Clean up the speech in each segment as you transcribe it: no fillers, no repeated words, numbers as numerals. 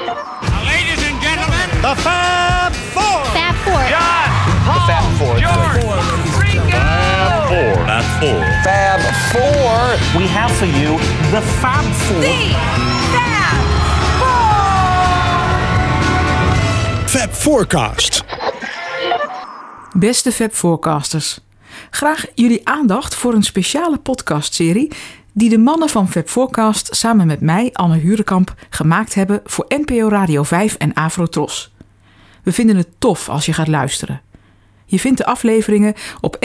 Ladies and gentlemen, the Fab Four. Fab Four. John, Paul, the Fab Four. George, Ringo. Fab Four. Fab Four. We have for you the Fab Four. The Fab Four. Fab Forecast. Beste Fab Forecasters. Graag jullie aandacht voor een speciale podcastserie die de mannen van Fab Forecast samen met mij, Anne Hurekamp, gemaakt hebben voor NPO Radio 5 en Afro-Tros. We vinden het tof als je gaat luisteren. Je vindt de afleveringen op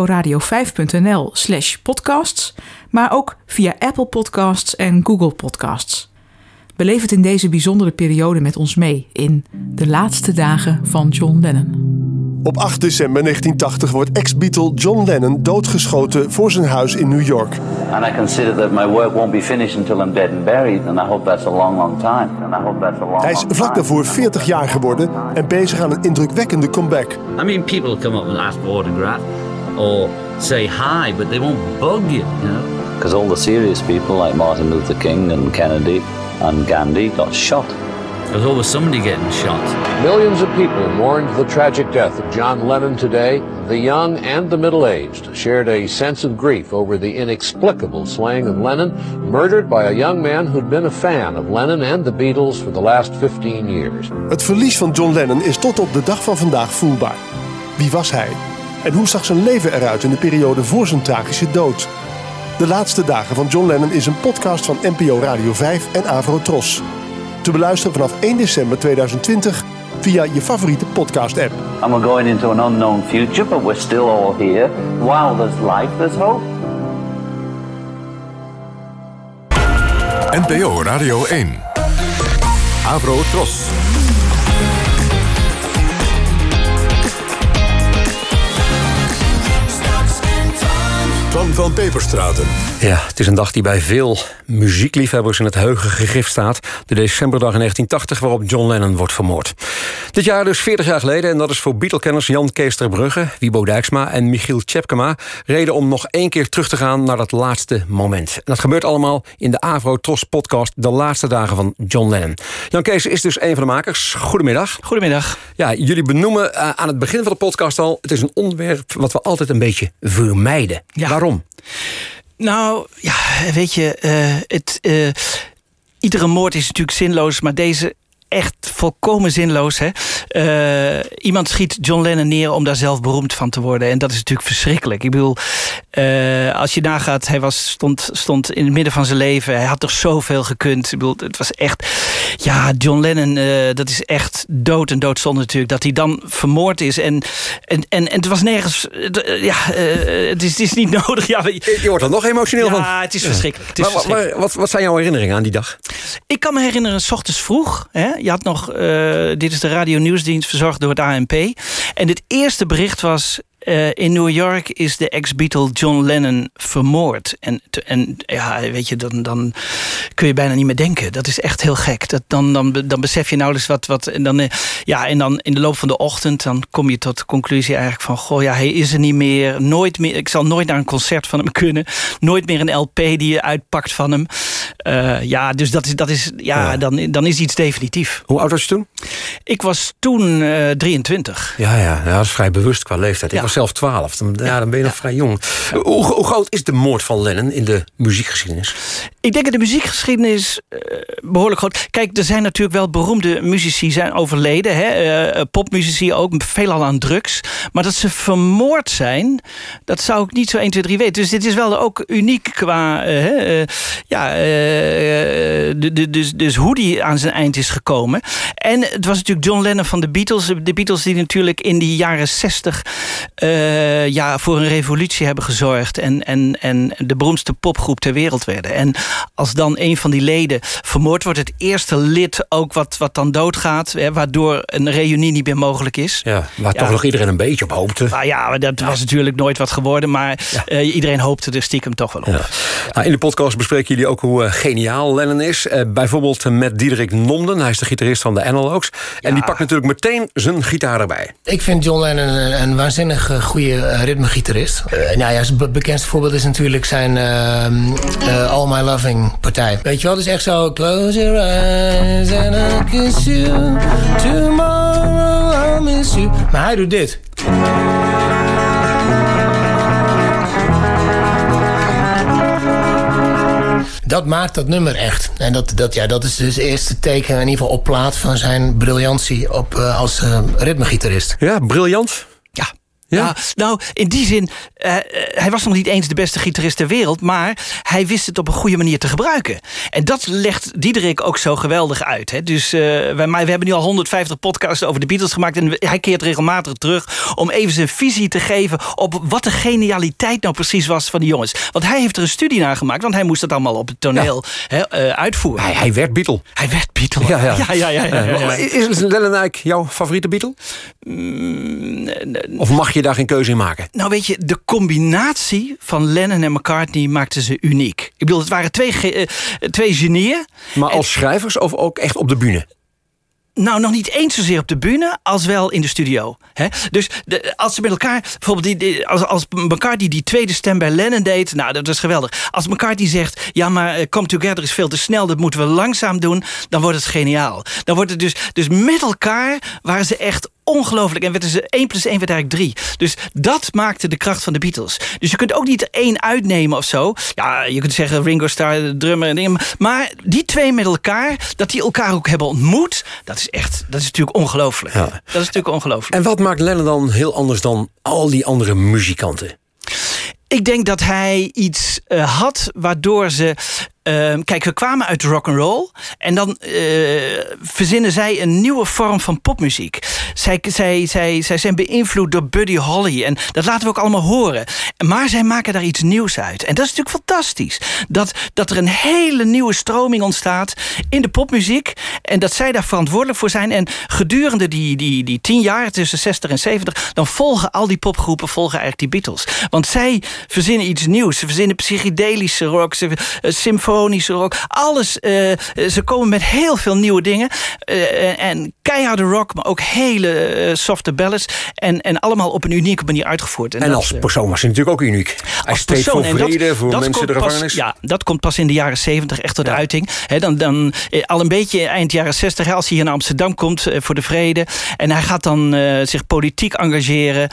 nporadio5.nl/podcasts, maar ook via Apple Podcasts en Google Podcasts. Beleef het in deze bijzondere periode met ons mee in De Laatste Dagen van John Lennon. Op 8 december 1980 wordt ex-Beatle John Lennon doodgeschoten voor zijn huis in New York. And I consider that my work won't be finished until I'm dead and buried, and I hope that's a long, long time. Hij is vlak daarvoor 40 jaar geworden en bezig aan een indrukwekkende comeback. I mean, people come up and ask for autograph or say hi, but they won't bug you, you know? Because all the serious people like Martin Luther King and Kennedy and Gandhi got shot. There's always somebody getting shot. Millions of people mourned the tragic death of John Lennon today. The young and the middle-aged shared a sense of grief over the inexplicable slaying of Lennon, murdered by a young man who'd been a fan of Lennon and the Beatles for the last 15 years. Het verlies van John Lennon is tot op de dag van vandaag voelbaar. Wie was hij? En hoe zag zijn leven eruit in de periode voor zijn tragische dood? De Laatste Dagen van John Lennon is een podcast van NPO Radio 5 en Afro-Tros. Te beluisteren vanaf 1 december 2020 via je favoriete podcast-app. And we're going into an unknown future, but we're still all here. While there's life, there's hope. NPO Radio 1. Afro-Tros. Twan van Peperstraten. Ja, het is een dag die bij veel muziekliefhebbers in het geheugen gegrift staat. De decemberdag in 1980 waarop John Lennon wordt vermoord. Dit jaar dus 40 jaar geleden. En dat is voor Beatle-kenners Jan Kees ter Brugge, Wibo Dijksma en Michiel Tjepkema reden om nog één keer terug te gaan naar dat laatste moment. En dat gebeurt allemaal in de Afro-Tros podcast De Laatste Dagen van John Lennon. Jan Kees is dus een van de makers. Goedemiddag. Goedemiddag. Ja, jullie benoemen aan het begin van de podcast al, het is een onderwerp wat we altijd een beetje vermijden. Ja. Waarom? Nou, ja, weet je, iedere moord is natuurlijk zinloos, maar deze echt volkomen zinloos. Hè? Iemand schiet John Lennon neer om daar zelf beroemd van te worden. En dat is natuurlijk verschrikkelijk. Ik bedoel, als je nagaat, hij stond in het midden van zijn leven. Hij had toch zoveel gekund. Ik bedoel, het was echt... Ja, John Lennon, dat is echt dood en doodzonde natuurlijk. Dat hij dan vermoord is. En het was nergens... het is niet nodig. Ja, je wordt er nog emotioneel van. Ja, het is verschrikkelijk. Het is Wat zijn jouw herinneringen aan die dag? Ik kan me herinneren, 's ochtends vroeg. Hè, je had nog, dit is de radio nieuwsdienst verzorgd door het ANP. En het eerste bericht was... in New York is de ex-Beatle John Lennon vermoord. En ja, weet je, dan kun je bijna niet meer denken. Dat is echt heel gek. Dan besef je nauwelijks wat. En dan in de loop van de ochtend... dan kom je tot de conclusie eigenlijk van... goh, ja, hij is er niet meer. Nooit meer. Ik zal nooit naar een concert van hem kunnen. Nooit meer een LP die je uitpakt van hem. Dus dat is dan is iets definitief. Hoe oud was je toen? Ik was toen 23. Ja, dat is vrij bewust qua leeftijd. Ik was zelf 12. Dan ben je nog vrij jong. Hoe groot is de moord van Lennon in de muziekgeschiedenis? Ik denk dat de muziekgeschiedenis behoorlijk groot... Kijk, er zijn natuurlijk wel beroemde muzici zijn overleden. Hè? Popmuzici ook, veelal aan drugs. Maar dat ze vermoord zijn, dat zou ik niet zo 1, 2, 3 weten. Dus dit is wel ook uniek qua... Dus hoe die aan zijn eind is gekomen. En het was natuurlijk John Lennon van de Beatles. De Beatles die natuurlijk in die jaren 60... voor een revolutie hebben gezorgd... en de beroemdste popgroep ter wereld werden. En als dan een van die leden vermoord wordt... het eerste lid ook wat dan doodgaat... waardoor een reunie niet meer mogelijk is. Ja, waar toch nog iedereen een beetje op hoopte. Maar dat was natuurlijk nooit wat geworden... maar iedereen hoopte er stiekem toch wel op. Ja. Nou, in de podcast bespreken jullie ook hoe geniaal Lennon is. Bijvoorbeeld met Diederik Nomden. Hij is de gitarist van de Analogues. En die pakt natuurlijk meteen zijn gitaar erbij. Ik vind John Lennon een waanzinnig geweldige, goede ritmegitarist. Zijn bekendste voorbeeld is natuurlijk zijn All My Loving partij. Weet je wel, het is echt zo... Close your eyes and I'll kiss you. Tomorrow I'll miss you. Maar hij doet dit. Dat maakt dat nummer echt. En dat is dus het eerste teken, in ieder geval op plaat, van zijn briljantie als ritmegitarist. Ja, briljant. Ja, nou, in die zin, hij was nog niet eens de beste gitarist ter wereld, maar hij wist het op een goede manier te gebruiken. En dat legt Diederik ook zo geweldig uit. Hè? Dus we hebben nu al 150 podcasts over de Beatles gemaakt en hij keert regelmatig terug om even zijn visie te geven op wat de genialiteit nou precies was van die jongens. Want hij heeft er een studie naar gemaakt, want hij moest dat allemaal op het toneel uitvoeren. Hij werd Beatle. Hij werd Beatle. Ja. Is Lennon eigenlijk jouw favoriete Beatle? Of mag je daar geen keuze in maken? Nou weet je, de combinatie van Lennon en McCartney maakte ze uniek. Ik bedoel, het waren twee genieën. Maar als schrijvers of ook echt op de bühne? Nou, nog niet eens zozeer op de bühne, als wel in de studio. Hè? Dus als ze met elkaar, bijvoorbeeld als McCartney die tweede stem bij Lennon deed, nou, dat was geweldig. Als McCartney zegt, ja, maar Come Together is veel te snel, dat moeten we langzaam doen, dan wordt het geniaal. Dan wordt het dus met elkaar waren ze echt ongelooflijk. En werden ze 1 + 1 werd eigenlijk 3. Dus dat maakte de kracht van de Beatles. Dus je kunt ook niet er één uitnemen of zo. Ja, je kunt zeggen Ringo Starr, de drummer en dingen. Maar die twee met elkaar, dat die elkaar ook hebben ontmoet, dat is natuurlijk ongelooflijk. Ja. Dat is natuurlijk ongelooflijk. En wat maakt Lennon dan heel anders dan al die andere muzikanten? Ik denk dat hij iets had waardoor ze... kijk, we kwamen uit rock'n'roll en dan verzinnen zij een nieuwe vorm van popmuziek. Zij zijn beïnvloed door Buddy Holly en dat laten we ook allemaal horen. Maar zij maken daar iets nieuws uit. En dat is natuurlijk fantastisch. Dat er een hele nieuwe stroming ontstaat in de popmuziek en dat zij daar verantwoordelijk voor zijn. En gedurende die 10 jaar, tussen 60 en 70, dan volgen al die popgroepen eigenlijk die Beatles. Want zij verzinnen iets nieuws. Ze verzinnen psychedelische rock, symfonische rock, alles. Ze komen met heel veel nieuwe dingen. En keiharde rock, maar ook hele softe ballads. En allemaal op een unieke manier uitgevoerd. En als persoon was hij natuurlijk ook uniek. Hij streed voor vrede, voor mensen in de gevangenis. Ja, dat komt pas in de jaren 70 echt tot de uiting. Dan al een beetje eind jaren 60, als hij hier naar Amsterdam komt voor de vrede. En hij gaat dan zich politiek engageren.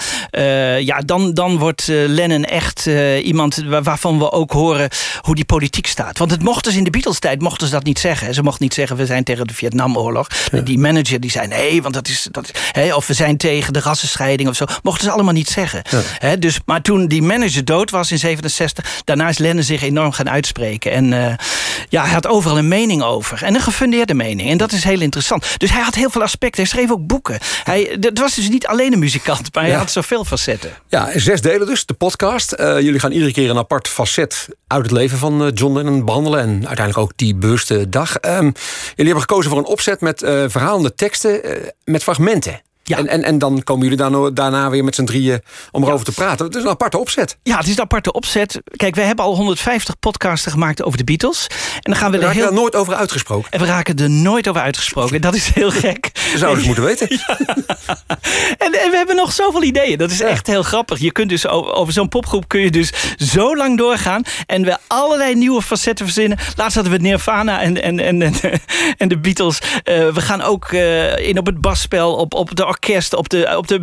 Dan wordt Lennon echt iemand waarvan we ook horen hoe die politiek staat. Want het mochten ze in de Beatles-tijd dat niet zeggen. Ze mochten niet zeggen, we zijn tegen de Vietnamoorlog. Ja. Die manager die zei, nee, want dat is of we zijn tegen de rassenscheiding of zo. Mochten ze allemaal niet zeggen. Ja. Maar toen die manager dood was in 67, daarna is Lennon zich enorm gaan uitspreken. En hij had overal een mening over. En een gefundeerde mening. En dat is heel interessant. Dus hij had heel veel aspecten. Hij schreef ook boeken. Het was dus niet alleen een muzikant, maar hij had zoveel facetten. Ja, 6 delen dus, de podcast. Jullie gaan iedere keer een apart facet uit het leven van John Lennon behandelen. En uiteindelijk ook die bewuste dag. Jullie hebben gekozen voor een opzet met verhalende teksten met fragmenten. Ja. En dan komen jullie daarna weer met z'n drieën om erover te praten. Het is een aparte opzet. Ja, het is een aparte opzet. Kijk, we hebben al 150 podcasten gemaakt over de Beatles. En dan gaan we raken er nooit over uitgesproken. En we raken er nooit over uitgesproken. Dat is heel gek. Dat zou ik moeten weten. Ja. En we hebben nog zoveel ideeën. Dat is echt heel grappig. Je kunt dus over zo'n popgroep kun je dus zo lang doorgaan. En we allerlei nieuwe facetten verzinnen. Laatst hadden we Nirvana en de Beatles. We gaan ook in op het basspel, op de orkest, op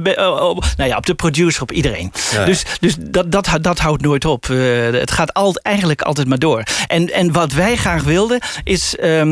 de producer, op iedereen. Ja. Dus dat houdt nooit op. Het gaat eigenlijk altijd maar door. En wat wij graag wilden is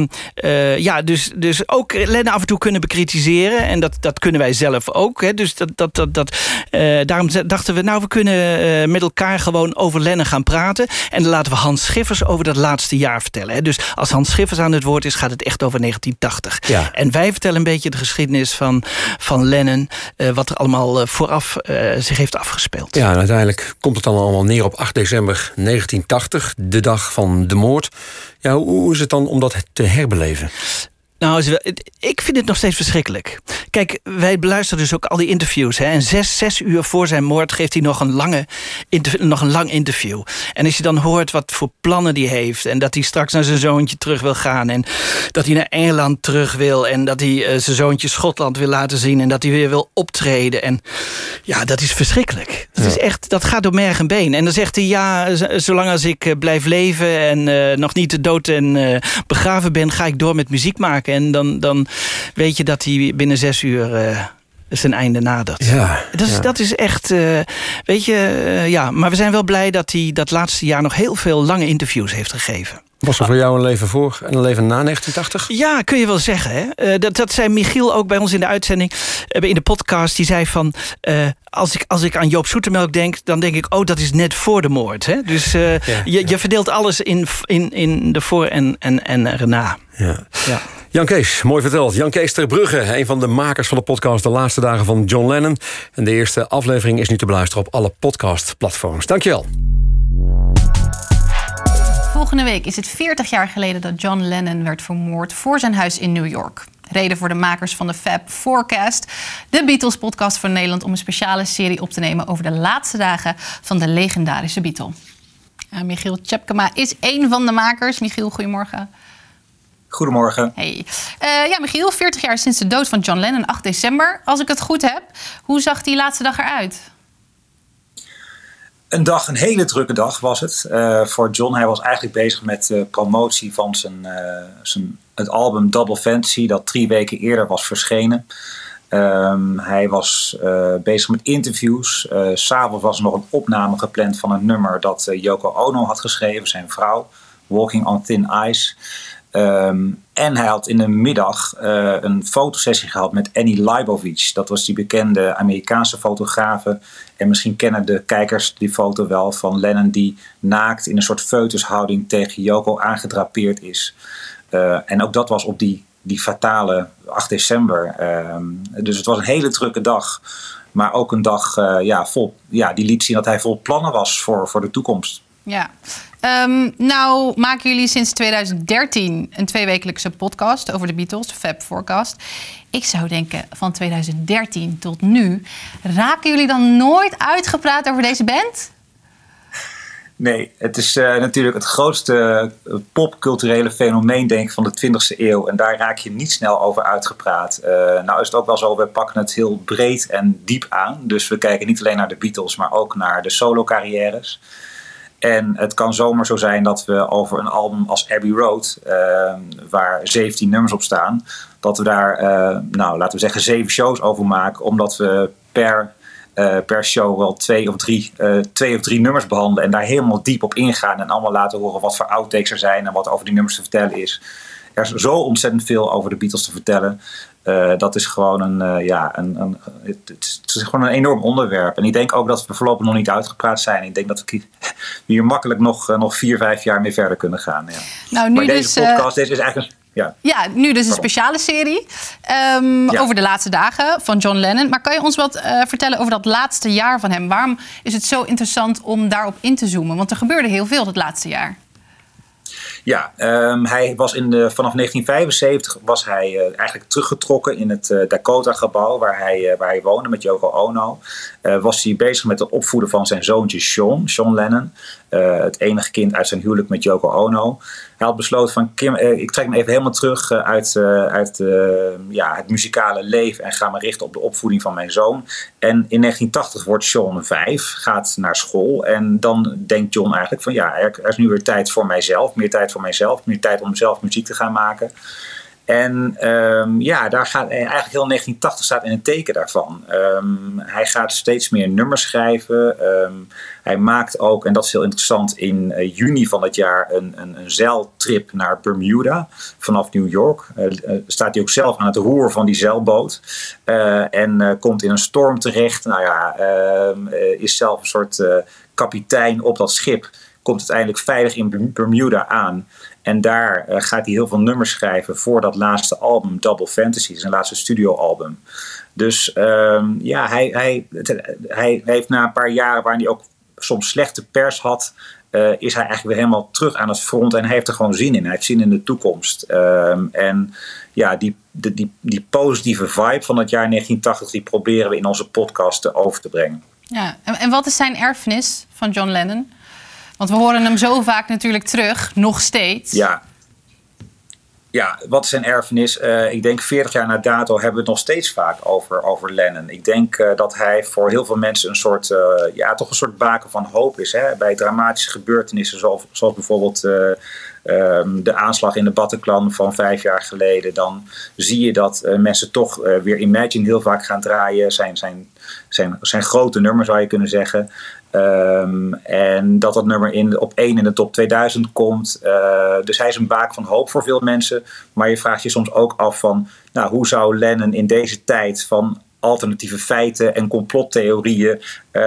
dus ook Lennon af en toe kunnen bekritiseren. En dat kunnen wij zelf ook. Hè. Dus daarom dachten we, nou, we kunnen met elkaar gewoon over Lennon gaan praten. En dan laten we Hans Schiffers over dat laatste jaar vertellen. Hè. Dus als Hans Schiffers aan het woord is, gaat het echt over 1980. Ja. En wij vertellen een beetje de geschiedenis van Lennon, wat er allemaal vooraf zich heeft afgespeeld. Ja, en uiteindelijk komt het dan allemaal neer op 8 december 1980, de dag van de moord. Ja, hoe is het dan om dat te herbeleven? Nou, ik vind het nog steeds verschrikkelijk. Kijk, wij beluisteren dus ook al die interviews. Hè? En 6 uur voor zijn moord geeft hij nog een lang interview. En als je dan hoort wat voor plannen hij heeft... en dat hij straks naar zijn zoontje terug wil gaan... en dat hij naar Engeland terug wil... en dat hij zijn zoontje Schotland wil laten zien... en dat hij weer wil optreden. En ja, dat is verschrikkelijk. Dat is echt, dat gaat door merg en been. En dan zegt hij, ja, zolang als ik blijf leven... en nog niet dood en begraven ben... ga ik door met muziek maken. En dan weet je dat hij binnen 6 uur zijn einde nadert. Ja, dat is echt, weet je... maar we zijn wel blij dat hij dat laatste jaar nog heel veel lange interviews heeft gegeven. Was er voor jou een leven voor en een leven na 1980? Ja, kun je wel zeggen. Hè? Dat zei Michiel ook bij ons in de uitzending. In de podcast. Die zei van... Als ik aan Joop Zoetemelk denk... dan denk ik, dat is net voor de moord. Hè? Dus je verdeelt alles in de voor en erna. Ja. Jan Kees, mooi verteld. Jan Kees ter Brugge, een van de makers van de podcast... De Laatste Dagen van John Lennon. En de eerste aflevering is nu te beluisteren op alle podcastplatforms. Dankjewel. Volgende week is het 40 jaar geleden dat John Lennon werd vermoord voor zijn huis in New York. Reden voor de makers van de Fab Forecast, de Beatles-podcast van Nederland... om een speciale serie op te nemen over de laatste dagen van de legendarische Beatle. Michiel Tjepkema is één van de makers. Michiel, goedemorgen. Goedemorgen. Hey. Michiel, 40 jaar sinds de dood van John Lennon, 8 december. Als ik het goed heb, hoe zag die laatste dag eruit? Een hele drukke dag was het voor John. Hij was eigenlijk bezig met de promotie van het album Double Fantasy... dat 3 weken eerder was verschenen. Hij was bezig met interviews. 's Avonds was er nog een opname gepland van een nummer... dat Yoko Ono had geschreven, zijn vrouw. Walking on Thin Ice. En hij had in de middag een fotosessie gehad met Annie Leibovitz. Dat was die bekende Amerikaanse fotografe. En misschien kennen de kijkers die foto wel van Lennon... die naakt in een soort foetushouding tegen Yoko aangedrapeerd is. En ook dat was op die fatale 8 december. Dus het was een hele drukke dag. Maar ook een dag vol. Ja, die liet zien dat hij vol plannen was voor de toekomst. Ja. Nou maken jullie sinds 2013 een 2-wekelijkse podcast over de Beatles, de Fab Forecast. Ik zou denken, van 2013 tot nu, raken jullie dan nooit uitgepraat over deze band? Nee, het is natuurlijk het grootste popculturele fenomeen, denk ik, van de 20e eeuw. En daar raak je niet snel over uitgepraat. Nou is het ook wel zo, we pakken het heel breed en diep aan. Dus we kijken niet alleen naar de Beatles, maar ook naar de solo-carrières. En het kan zomaar zo zijn dat we over een album als Abbey Road, waar 17 nummers op staan, dat we daar, laten we zeggen, 7 shows over maken. Omdat we per show wel 2 of 3 nummers behandelen en daar helemaal diep op ingaan. En allemaal laten horen wat voor outtakes er zijn en wat over die nummers te vertellen is. Er is zo ontzettend veel over de Beatles te vertellen. Dat is gewoon het is gewoon een enorm onderwerp. En ik denk ook dat we voorlopig nog niet uitgepraat zijn. Ik denk dat we hier makkelijk nog 4-5 jaar mee verder kunnen gaan. Ja. Nou, nu maar deze podcast is eigenlijk nu dus een speciale serie over de laatste dagen van John Lennon. Maar kan je ons wat vertellen over dat laatste jaar van hem? Waarom is het zo interessant om daarop in te zoomen? Want er gebeurde heel veel dat laatste jaar. Ja, hij was vanaf 1975 was hij eigenlijk teruggetrokken in het Dakota-gebouw waar hij woonde met Yoko Ono. Was hij bezig met het opvoeden van zijn zoontje Sean Lennon. Het enige kind uit zijn huwelijk met Yoko Ono. Hij had besloten van, ik trek me even helemaal terug uit het muzikale leven en ga me richten op de opvoeding van mijn zoon. En in 1980 wordt Sean 5, gaat naar school en dan denkt John eigenlijk van er is nu weer tijd voor mijzelf, meer tijd om zelf muziek te gaan maken. En daar gaat eigenlijk heel 1980 staat in het teken daarvan. Hij gaat steeds meer nummers schrijven. Hij maakt ook, en dat is heel interessant, in juni van het jaar een zeiltrip naar Bermuda vanaf New York. Staat hij ook zelf aan het roer van die zeilboot. En komt in een storm terecht. Is zelf een soort kapitein op dat schip. Komt uiteindelijk veilig in Bermuda aan. En daar gaat hij heel veel nummers schrijven voor dat laatste album, Double Fantasy, zijn laatste studioalbum. Dus hij heeft na een paar jaren waarin hij ook soms slechte pers had, is hij eigenlijk weer helemaal terug aan het front. En hij heeft er gewoon zin in. Hij heeft zin in de toekomst. En ja, die positieve vibe van het jaar 1980... die proberen we in onze podcast over te brengen. Ja, en wat is zijn erfenis van John Lennon? Want we horen hem zo vaak natuurlijk terug, nog steeds. Ja, wat is zijn erfenis? Ik denk 40 jaar na dato hebben we het nog steeds vaak over Lennon. Ik denk dat hij voor heel veel mensen toch een soort baken van hoop is. Hè? Bij dramatische gebeurtenissen zoals bijvoorbeeld de aanslag in de Bataclan van 5 jaar geleden. Dan zie je dat mensen toch weer Imagine heel vaak gaan draaien. Zijn grote nummer zou je kunnen zeggen. En dat nummer op 1 in de top 2000 komt. Dus hij is een baak van hoop voor veel mensen. Maar je vraagt je soms ook af van... Nou, hoe zou Lennon in deze tijd van alternatieve feiten en complottheorieën...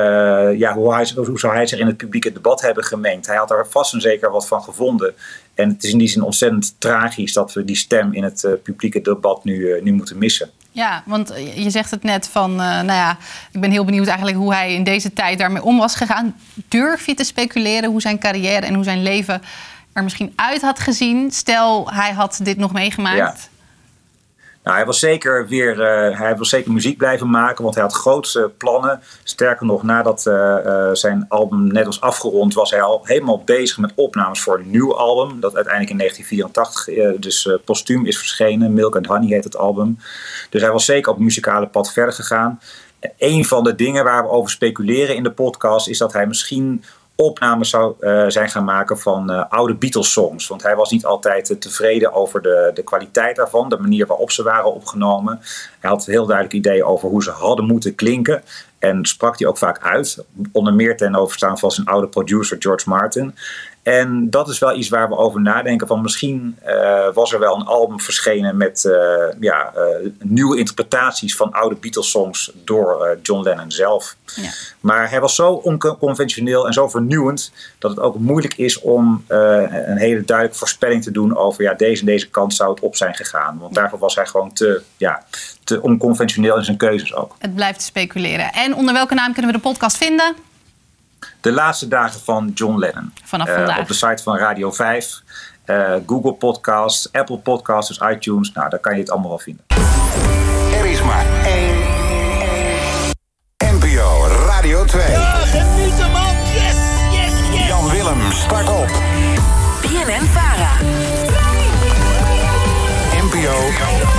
hoe zou hij zich in het publieke debat hebben gemengd? Hij had er vast en zeker wat van gevonden. En het is in die zin ontzettend tragisch dat we die stem in het publieke debat nu moeten missen. Ja, want je zegt het net van, ik ben heel benieuwd eigenlijk hoe hij in deze tijd daarmee om was gegaan. Durf je te speculeren hoe zijn carrière en hoe zijn leven er misschien uit had gezien? Stel, hij had dit nog meegemaakt. Ja. Nou, hij wil zeker muziek blijven maken, want hij had grootse plannen. Sterker nog, nadat zijn album net was afgerond, was hij al helemaal bezig met opnames voor een nieuw album. Dat uiteindelijk in 1984 postuum is verschenen. Milk and Honey heet het album. Dus hij was zeker op het muzikale pad verder gegaan. En een van de dingen waar we over speculeren in de podcast is dat hij misschien opnames zou zijn gaan maken van oude Beatles-songs. Want hij was niet altijd tevreden over de kwaliteit daarvan, de manier waarop ze waren opgenomen. Hij had heel duidelijk ideeën over hoe ze hadden moeten klinken. En sprak die ook vaak uit. Onder meer ten overstaan van zijn oude producer George Martin. En dat is wel iets waar we over nadenken. Van misschien was er wel een album verschenen met nieuwe interpretaties van oude Beatles-songs door John Lennon zelf. Ja. Maar hij was zo onconventioneel en zo vernieuwend dat het ook moeilijk is om een hele duidelijke voorspelling te doen over deze en deze kant zou het op zijn gegaan. Want daarvoor was hij gewoon te onconventioneel in zijn keuzes ook. Het blijft speculeren. En onder welke naam kunnen we de podcast vinden? De laatste dagen van John Lennon. Vanaf vandaag. Op de site van Radio 5. Google Podcasts, Apple Podcasts, dus iTunes. Nou, daar kan je het allemaal wel vinden. Er is maar één. NPO Radio 2. Ja, geniet hem man. Yes. Jan Willem, start op. BNN-Vara. NPO.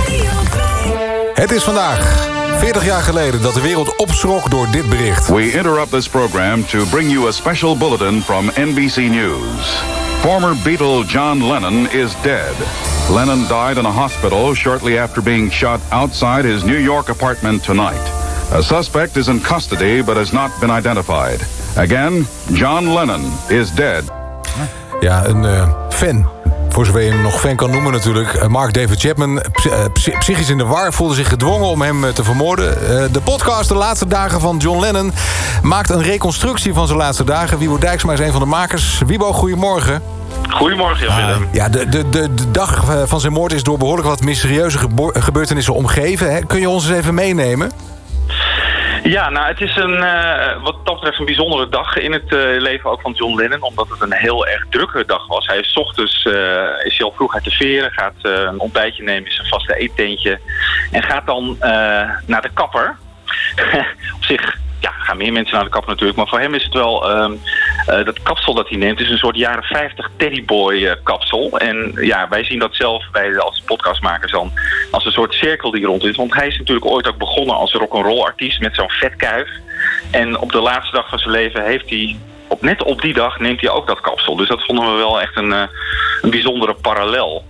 Het is vandaag 40 jaar geleden dat de wereld opschrok door dit bericht. We interrupt this program to bring you a special bulletin from NBC News. Former Beatle John Lennon is dead. Lennon died in a hospital shortly after being shot outside his New York apartment tonight. A suspect is in custody but has not been identified. Again, John Lennon is dead. Ja, een fan. Voor zover je hem nog fan kan noemen natuurlijk. Mark David Chapman, psychisch in de war, voelde zich gedwongen om hem te vermoorden. De podcast De Laatste Dagen van John Lennon maakt een reconstructie van zijn laatste dagen. Wiebo Dijksma is een van de makers. Wiebo, goedemorgen. Goedemorgen, Jan Willem. De dag van zijn moord is door behoorlijk wat mysterieuze gebeurtenissen omgeven. Hè? Kun je ons eens even meenemen? Ja, nou, het is wat dat betreft een bijzondere dag in het leven ook van John Lennon, omdat het een heel erg drukke dag was. Hij is 's ochtends is hij al vroeg uit de veren, gaat een ontbijtje nemen in zijn vaste eettentje en gaat dan naar de kapper. Op zich gaan meer mensen naar de kapper natuurlijk, maar voor hem is het wel dat kapsel dat hij neemt is een soort jaren 50 teddyboy kapsel. En ja, wij zien dat zelf als podcastmakers dan als een soort cirkel die rond is. Want hij is natuurlijk ooit ook begonnen als rock'n'roll artiest met zo'n vetkuif. En op de laatste dag van zijn leven heeft hij, net op die dag neemt hij ook dat kapsel. Dus dat vonden we wel echt een bijzondere parallel.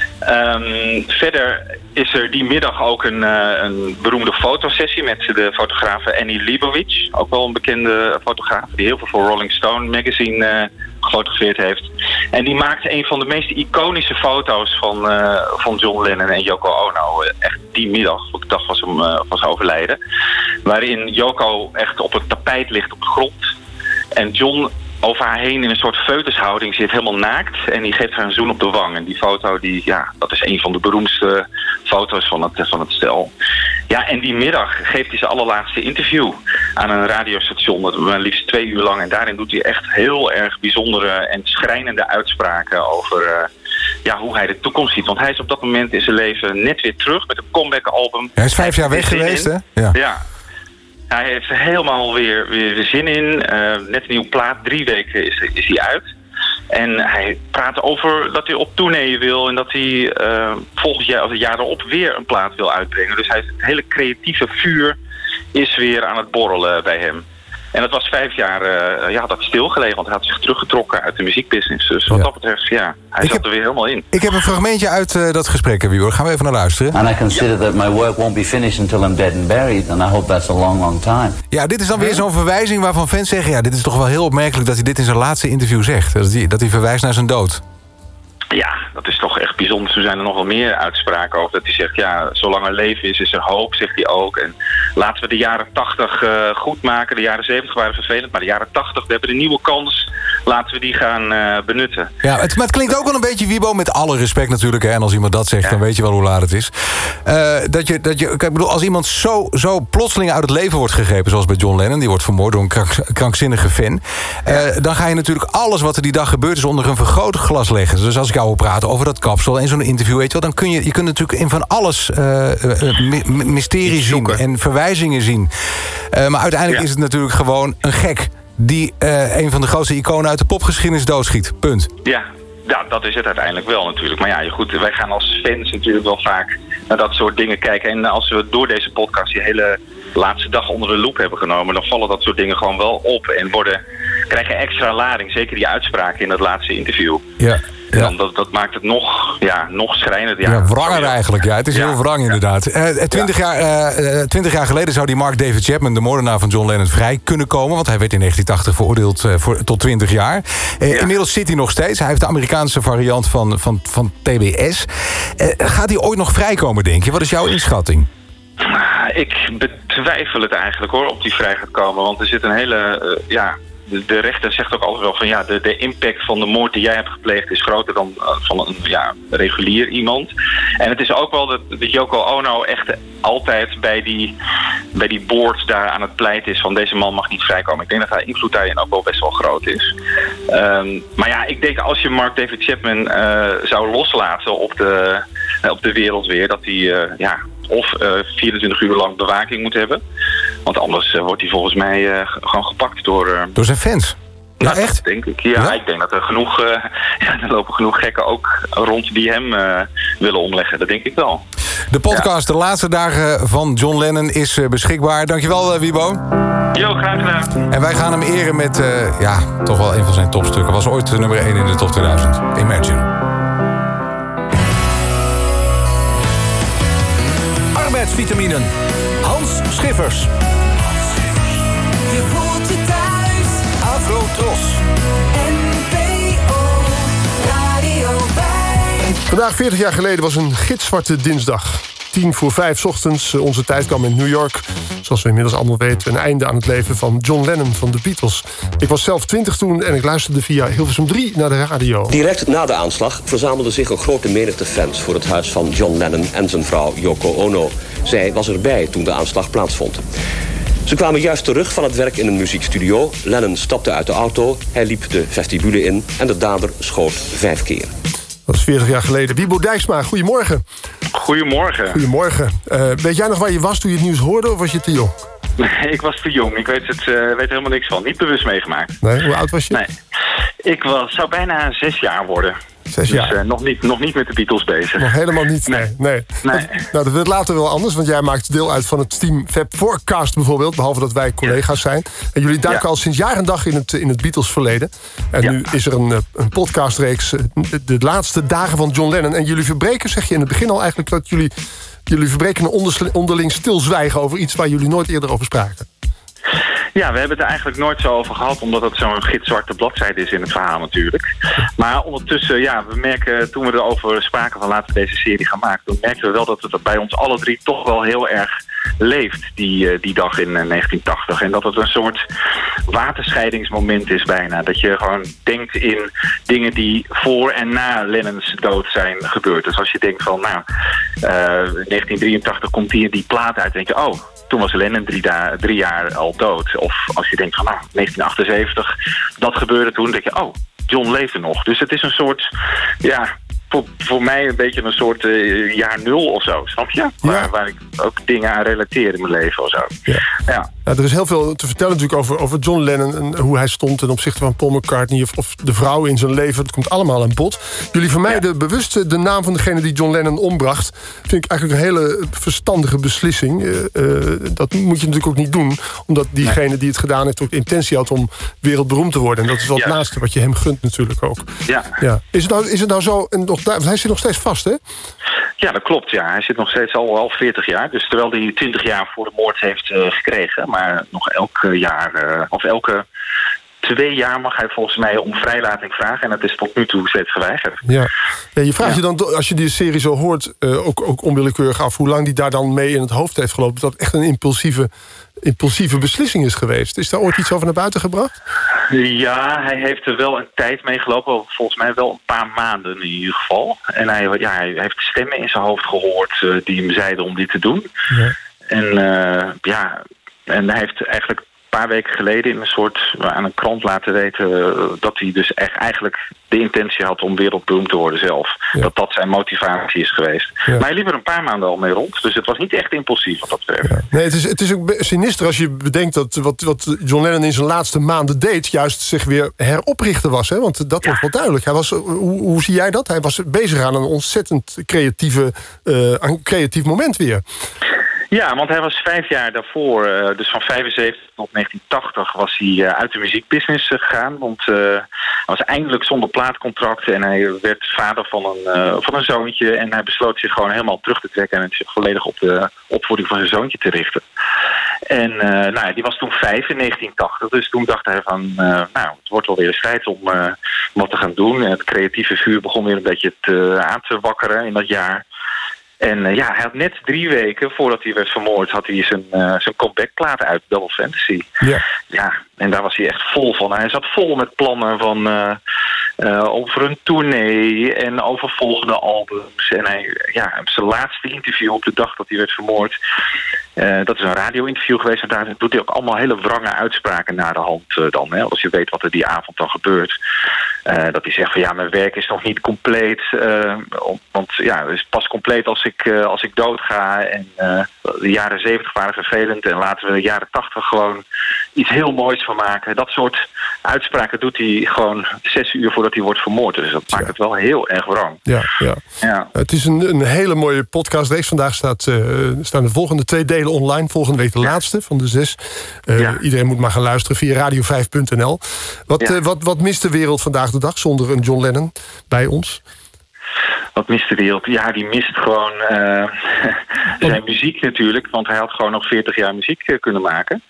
Verder is er die middag ook een beroemde fotosessie met de fotografe Annie Leibovitz. Ook wel een bekende fotograaf die heel veel voor Rolling Stone magazine gefotografeerd heeft. En die maakte een van de meest iconische foto's van John Lennon en Yoko Ono. Echt die middag, op de dag van zijn overlijden. Waarin Yoko echt op het tapijt ligt op de grond. En John over haar heen in een soort foetushouding zit, helemaal naakt. En die geeft haar een zoen op de wang. En die foto, dat is een van de beroemdste foto's van het stel. Ja, en die middag geeft hij zijn allerlaatste interview aan een radiostation. Dat maar liefst 2 uur lang. En daarin doet hij echt heel erg bijzondere en schrijnende uitspraken over hoe hij de toekomst ziet. Want hij is op dat moment in zijn leven net weer terug met een comeback-album. Hij is 5 jaar weg geweest, hè? Ja. Hij heeft er helemaal weer zin in. Net een nieuwe plaat. 3 weken is hij uit. En hij praat over dat hij op tournee wil en dat hij volgend jaar of het jaar erop weer een plaat wil uitbrengen. Dus het hele creatieve vuur is weer aan het borrelen bij hem. En dat was 5 jaar dat stilgelegen, want hij had zich teruggetrokken uit de muziekbusiness. Dus wat dat betreft, hij zat er weer helemaal in. Ik heb een fragmentje uit dat gesprek, Wiebo. Gaan we even naar luisteren. And I consider that my work won't be finished until I'm dead and buried. And I hope that's a long, long time. Ja, dit is dan weer zo'n verwijzing waarvan fans zeggen... ja, dit is toch wel heel opmerkelijk dat hij dit in zijn laatste interview zegt. Dat hij verwijst naar zijn dood. Ja, dat is toch echt bijzonder. Er zijn er nog wel meer uitspraken over. Dat hij zegt, zolang er leven is er hoop, zegt hij ook. En laten we de jaren 80 goed maken. De jaren 70 waren vervelend, maar de jaren 80, we hebben een nieuwe kans. Laten we die gaan benutten. Ja, maar het klinkt ook wel een beetje, Wiebo, met alle respect natuurlijk. Hè, en als iemand dat zegt, dan weet je wel hoe laat het is. Ik bedoel, als iemand zo plotseling uit het leven wordt gegrepen... zoals bij John Lennon, die wordt vermoord door een krankzinnige fan... dan ga je natuurlijk alles wat er die dag gebeurd is... onder een vergrootglas leggen. Dus als ik jou wil praten over dat kapsel en zo'n interview... weet je wel, dan kun je kunt natuurlijk in van alles mysterie zien... en verwijzingen zien. Maar uiteindelijk is het natuurlijk gewoon een gek... die een van de grootste iconen uit de popgeschiedenis doodschiet. Punt. Ja, dat is het uiteindelijk wel natuurlijk. Maar goed, wij gaan als fans natuurlijk wel vaak naar dat soort dingen kijken. En als we door deze podcast die hele laatste dag onder de loep hebben genomen... dan vallen dat soort dingen gewoon wel op en krijgen extra lading. Zeker die uitspraken in dat laatste interview. Ja. En dan, dat maakt het nog schrijnender. Ja, wranger eigenlijk. Ja, het is heel wrang inderdaad. 20 jaar geleden zou die Mark David Chapman, de moordenaar van John Lennon, vrij kunnen komen. Want hij werd in 1980 veroordeeld tot 20 jaar. Inmiddels zit hij nog steeds. Hij heeft de Amerikaanse variant van TBS. Gaat hij ooit nog vrijkomen, denk je? Wat is jouw inschatting? Ik betwijfel het eigenlijk hoor, of die vrij gaat komen. Want er zit een hele... De rechter zegt ook altijd wel van de impact van de moord die jij hebt gepleegd is groter dan van een regulier iemand. En het is ook wel dat Yoko Ono echt altijd bij die board daar aan het pleiten is van deze man mag niet vrijkomen. Ik denk dat haar invloed daarin ook wel best wel groot is. Maar ik denk als je Mark David Chapman zou loslaten op de wereld weer, dat hij of 24 uur lang bewaking moet hebben. Want anders wordt hij volgens mij gewoon gepakt door zijn fans? Nou, echt? Dat denk ik. Ja, ik denk dat er er lopen genoeg gekken ook rond die hem willen omleggen. Dat denk ik wel. De podcast De Laatste Dagen van John Lennon is beschikbaar. Dankjewel, Wiebo. Jo, graag gedaan. En wij gaan hem eren met toch wel een van zijn topstukken. Was ooit nummer 1 in de top 2000. Imagine. Arbeidsvitaminen. Hans Schiffers. Je voelt je thuis. Afro Tros. NPO Radio 5. Vandaag 40 jaar geleden was een gitzwarte dinsdag. 4:50 ochtends, onze tijd kwam in New York. Zoals we inmiddels allemaal weten, een einde aan het leven van John Lennon van de Beatles. Ik was zelf 20 toen en ik luisterde via Hilversum 3 naar de radio. Direct na de aanslag verzamelde zich een grote menigte fans voor het huis van John Lennon en zijn vrouw Yoko Ono. Zij was erbij toen de aanslag plaatsvond. Ze kwamen juist terug van het werk in een muziekstudio. Lennon stapte uit de auto, hij liep de vestibule in en de dader schoot 5 keer. Dat is 40 jaar geleden. Wiebo Dijksma, goedemorgen. Goedemorgen. Goedemorgen. Weet jij nog waar je was toen je het nieuws hoorde of was je te jong? Nee, ik was te jong. Ik weet helemaal niks van. Niet bewust meegemaakt. Nee, hoe oud was je? Nee. Ik zou bijna 6 jaar worden. 6 jaar? Dus nog niet met de Beatles bezig. Nog helemaal niet? Nee. Dat wordt later wel anders, want jij maakt deel uit van het team Fab Forecast bijvoorbeeld. Behalve dat wij collega's zijn. En jullie duiken al sinds jaar en dag in het Beatles verleden. En nu is er een podcastreeks, de laatste dagen van John Lennon. En jullie verbreken, zeg je in het begin al eigenlijk, dat jullie verbreken een onderling stilzwijgen over iets waar jullie nooit eerder over spraken. Ja, we hebben het er eigenlijk nooit zo over gehad, omdat het zo'n gitzwarte bladzijde is in het verhaal natuurlijk. Maar ondertussen, we merken, toen we erover spraken van laten we deze serie gaan maken, toen merkten we wel dat het bij ons alle drie toch wel heel erg leeft die dag in 1980. En dat het een soort waterscheidingsmoment is bijna. Dat je gewoon denkt in dingen die voor en na Lennons dood zijn gebeurd. Dus als je denkt van, 1983 komt die plaat uit, denk je, oh, toen was Lennon 3 jaar al dood. Of als je denkt van, 1978, dat gebeurde toen, denk je, oh, John leefde nog. Dus het is een soort, voor mij een beetje een soort jaar 0 of zo, snap je? Waar ik ook dingen aan relateer in mijn leven of zo. Ja. Er is heel veel te vertellen natuurlijk over John Lennon en hoe hij stond ten opzichte van Paul McCartney of de vrouw in zijn leven. Dat komt allemaal aan bod. Jullie vermijden bewust de naam van degene die John Lennon ombracht. Vind ik eigenlijk een hele verstandige beslissing. Dat moet je natuurlijk ook niet doen, omdat diegene die het gedaan heeft ook intentie had om wereldberoemd te worden. En dat is wel het laatste wat je hem gunt natuurlijk ook. Ja. Is het nou zo, want hij zit nog steeds vast, hè? Ja, dat klopt. Ja. Hij zit nog steeds al 40 jaar. Dus terwijl hij 20 jaar voor de moord heeft gekregen. Maar nog elke 2 jaar mag hij volgens mij om vrijlating vragen. En dat is tot nu toe steeds geweigerd. Ja, je vraagt je dan, als je die serie zo hoort, ook onwillekeurig af, hoe lang die daar dan mee in het hoofd heeft gelopen. Dat echt een impulsieve beslissing is geweest. Is daar ooit iets over naar buiten gebracht? Ja, hij heeft er wel een tijd mee gelopen. Volgens mij wel een paar maanden in ieder geval. En hij heeft stemmen in zijn hoofd gehoord die hem zeiden om dit te doen. Ja. En hij heeft eigenlijk een paar weken geleden in een soort aan een krant laten weten dat hij dus eigenlijk de intentie had om wereldberoemd te worden zelf. Ja. Dat zijn motivatie is geweest. Ja. Maar hij liep er een paar maanden al mee rond. Dus het was niet echt impulsief wat dat betreft. Ja. Nee, het is ook sinister als je bedenkt dat wat John Lennon in zijn laatste maanden deed, juist zich weer heroprichten was. Hè? Want dat wordt wel duidelijk. Hij was, hoe zie jij dat? Hij was bezig aan een ontzettend creatief moment weer. Ja, want hij was 5 jaar daarvoor, dus van 75 tot 1980, was hij uit de muziekbusiness gegaan. Want hij was eindelijk zonder plaatcontract en hij werd vader van een zoontje. En hij besloot zich gewoon helemaal terug te trekken en zich volledig op de opvoeding van zijn zoontje te richten. En die was toen 5 in 1980, dus toen dacht hij van, het wordt wel weer eens tijd om wat te gaan doen. En het creatieve vuur begon weer een beetje aan te wakkeren in dat jaar. En hij had net 3 weken voordat hij werd vermoord, had hij zijn comebackplaat uit, Double Fantasy. Ja, en daar was hij echt vol van. Hij zat vol met plannen van over een tournee en over volgende albums. En zijn laatste interview op de dag dat hij werd vermoord, dat is een radio-interview geweest. En daar doet hij ook allemaal hele wrange uitspraken naar de hand dan. Hè, als je weet wat er die avond dan gebeurt. Dat hij zegt van mijn werk is nog niet compleet. Want het is pas compleet als ik doodga. En de jaren 70 waren vervelend. En laten we de jaren 80 gewoon iets heel moois van maken. Dat soort uitspraken doet hij gewoon 6 uur voordat hij wordt vermoord. Dus dat maakt het wel heel erg wrang. Ja. Het is een hele mooie podcast. Deze vandaag staan de volgende 2 delen online. Volgende week de laatste van de 6. Iedereen moet maar gaan luisteren via radio5.nl. Wat mist de wereld vandaag de dag zonder een John Lennon bij ons? Wat mist de wereld? Ja, die mist gewoon zijn muziek natuurlijk. Want hij had gewoon nog 40 jaar muziek kunnen maken.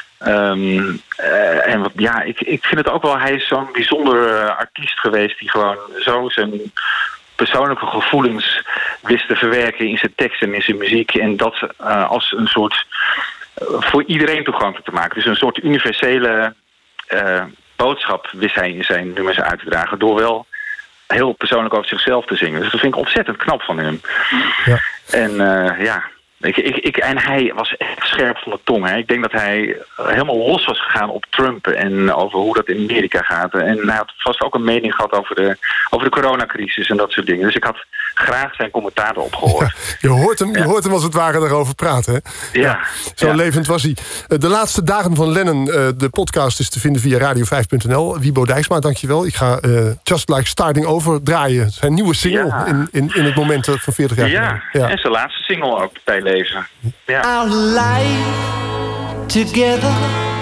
Ja. Ik vind het ook wel, hij is zo'n bijzonder artiest geweest die gewoon zo zijn persoonlijke gevoelens wist te verwerken in zijn teksten en in zijn muziek. En dat als een soort voor iedereen toegankelijk te maken. Dus een soort universele boodschap wist hij in zijn nummers uit te dragen. Door wel heel persoonlijk over zichzelf te zingen. Dus dat vind ik ontzettend knap van hem. Ja. En en hij was echt scherp van de tong. Hè. Ik denk dat hij helemaal los was gegaan op Trump en over hoe dat in Amerika gaat. En hij had vast ook een mening gehad over de coronacrisis en dat soort dingen. Dus ik had graag zijn commentaar erop gehoord. Ja, je hoort hem als het ware daarover praten. Hè? Zo levend was hij. De laatste dagen van Lennon, de podcast is te vinden via radio5.nl. Wiebo Dijksma, dankjewel. Ik ga Just Like Starting Over draaien. Zijn nieuwe single in het moment van 40 jaar. Ja, en zijn laatste single ook bij leven. Our life together.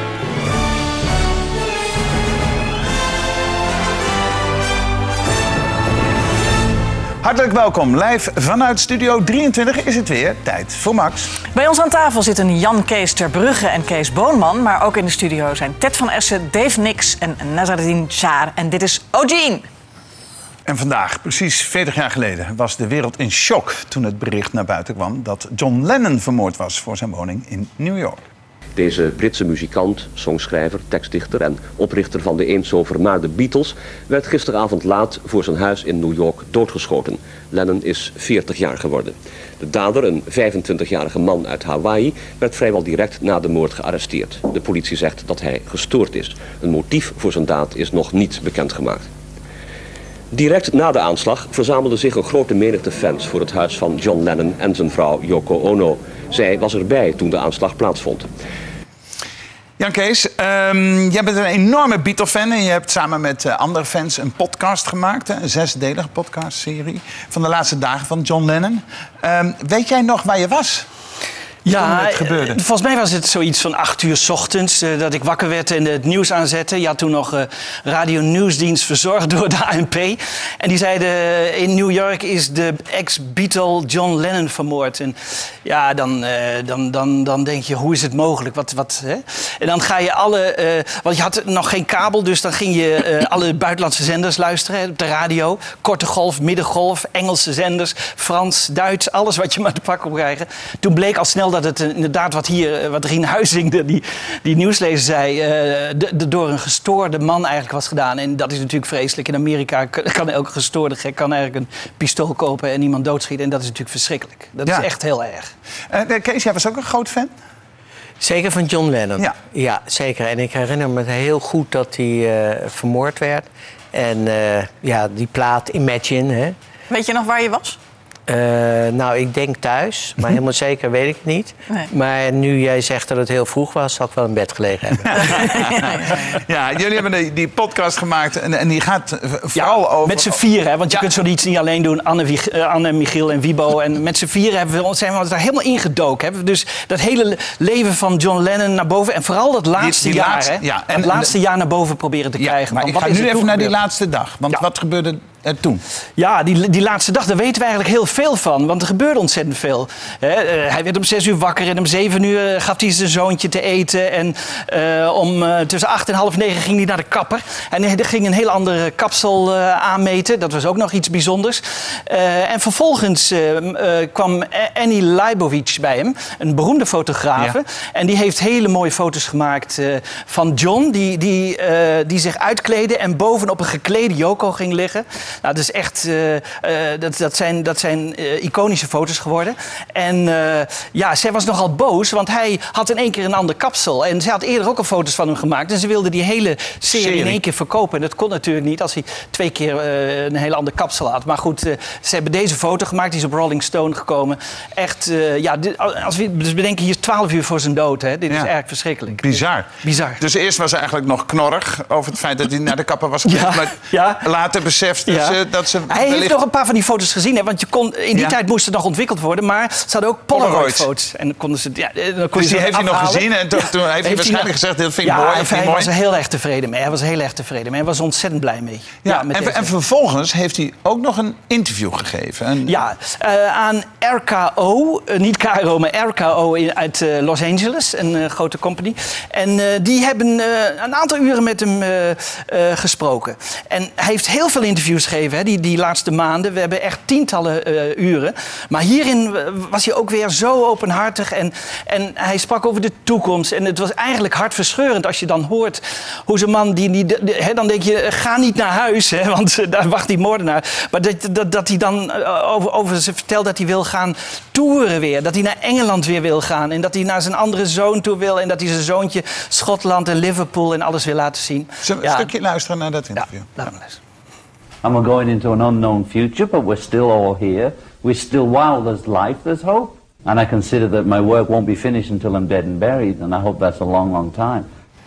Hartelijk welkom. Live vanuit Studio 23 is het weer tijd voor Max. Bij ons aan tafel zitten Jan Kees ter Brugge en Kees Boonman. Maar ook in de studio zijn Ted van Essen, Dave Nix en Nazaruddin Shah. En dit is O'Gene. En vandaag, precies 40 jaar geleden, was de wereld in shock toen het bericht naar buiten kwam dat John Lennon vermoord was voor zijn woning in New York. Deze Britse muzikant, songschrijver, tekstdichter en oprichter van de eens zo vermaarde Beatles werd gisteravond laat voor zijn huis in New York doodgeschoten. Lennon is 40 jaar geworden. De dader, een 25-jarige man uit Hawaii, werd vrijwel direct na de moord gearresteerd. De politie zegt dat hij gestoord is. Een motief voor zijn daad is nog niet bekendgemaakt. Direct na de aanslag verzamelde zich een grote menigte fans voor het huis van John Lennon en zijn vrouw Yoko Ono. Zij was erbij toen de aanslag plaatsvond. Jan Kees, jij bent een enorme Beatle-fan en je hebt samen met andere fans een podcast gemaakt. Een 6-delige podcastserie van de laatste dagen van John Lennon. Weet jij nog waar je was? Ja, volgens mij was het zoiets van 8 uur 's ochtends dat ik wakker werd en het nieuws aanzette. Je had toen nog radio nieuwsdienst verzorgd door de ANP. En die zeiden in New York is de ex-Beatle John Lennon vermoord. En ja, dan denk je, hoe is het mogelijk? Hè? En dan ga je want je had nog geen kabel, dus dan ging je alle buitenlandse zenders luisteren op de radio. Korte golf, middengolf, Engelse zenders, Frans, Duits, alles wat je maar te pakken kon krijgen. Toen bleek al snel dat het inderdaad wat Rien Huizing, die nieuwslezer zei, door een gestoorde man eigenlijk was gedaan. En dat is natuurlijk vreselijk. In Amerika kan elke gestoorde gek eigenlijk een pistool kopen en iemand doodschieten. En dat is natuurlijk verschrikkelijk. Dat is echt heel erg. Kees, jij was ook een groot fan? Zeker van John Lennon. Ja, zeker. En ik herinner me heel goed dat hij vermoord werd. En die plaat Imagine. Hè. Weet je nog waar je was? Nou, ik denk thuis, maar helemaal zeker weet ik het niet. Nee. Maar nu jij zegt dat het heel vroeg was, zal ik wel in bed gelegen hebben. Ja, jullie hebben die podcast gemaakt en die gaat vooral over... Met z'n vieren, want je kunt zoiets niet alleen doen. Anne, Michiel en Wiebo. En met z'n vieren zijn we daar helemaal ingedoken. Hebben we dus dat hele leven van John Lennon naar boven. En vooral dat laatste jaar, het laatste jaar naar boven proberen te krijgen. Maar ik ga nu even naar die laatste dag. Want wat gebeurde toen? Ja, die laatste dag, daar weten we eigenlijk heel veel van. Want er gebeurde ontzettend veel. Hij werd om 6 uur wakker en om 7 uur gaf hij zijn zoontje te eten. En tussen 8 en half 9 ging hij naar de kapper. En hij ging een heel andere kapsel aanmeten. Dat was ook nog iets bijzonders. En vervolgens kwam Annie Leibovitz bij hem. Een beroemde fotografe. Ja. En die heeft hele mooie foto's gemaakt van John. Die zich uitkleedde en bovenop een geklede Yoko ging liggen. Nou, dat is echt, dat zijn iconische foto's geworden. En zij was nogal boos, want hij had in één keer een ander kapsel. En ze had eerder ook al foto's van hem gemaakt. En ze wilde die hele serie in één keer verkopen. En dat kon natuurlijk niet als hij 2 keer een hele ander kapsel had. Maar goed, ze hebben deze foto gemaakt. Die is op Rolling Stone gekomen. Echt, als we dus bedenken, hier is 12 uur voor zijn dood. Hè. Dit is eigenlijk verschrikkelijk. Bizar. Dus eerst was ze eigenlijk nog knorrig over het feit dat hij naar de kapper was gegaan. Maar later besefte dat ze... Hij heeft nog een paar van die foto's gezien. Hè, want in die tijd moest het nog ontwikkeld worden. Maar ze hadden ook Polaroid-foto's. En dan konden ze... Dus die heeft hij nog gezien. En toen heeft hij waarschijnlijk gezegd, dit vind ik mooi. Hij was er heel erg tevreden mee. Hij was er ontzettend blij mee. En vervolgens heeft hij ook nog een interview gegeven. Aan RKO. Niet KRO, maar RKO uit Los Angeles. Een grote company. En die hebben een aantal uren met hem gesproken. En hij heeft heel veel interviews gegeven, die laatste maanden. We hebben echt tientallen uren. Maar hierin was hij ook weer zo openhartig. En hij sprak over de toekomst. En het was eigenlijk hartverscheurend als je dan hoort hoe zo'n man... dan denk je, ga niet naar huis, hè, want daar wacht die moordenaar. Maar dat hij dan over ze vertelt dat hij wil gaan toeren weer. Dat hij naar Engeland weer wil gaan. En dat hij naar zijn andere zoon toe wil. En dat hij zijn zoontje Schotland en Liverpool en alles wil laten zien. Zullen we een stukje luisteren naar dat interview? Ja, laten we luisteren. And we're going into an unknown future, but we're still all here. We're still, while there's life, there's hope. And I consider that my work won't be finished until I'm dead and buried. And I hope that's a long, long time.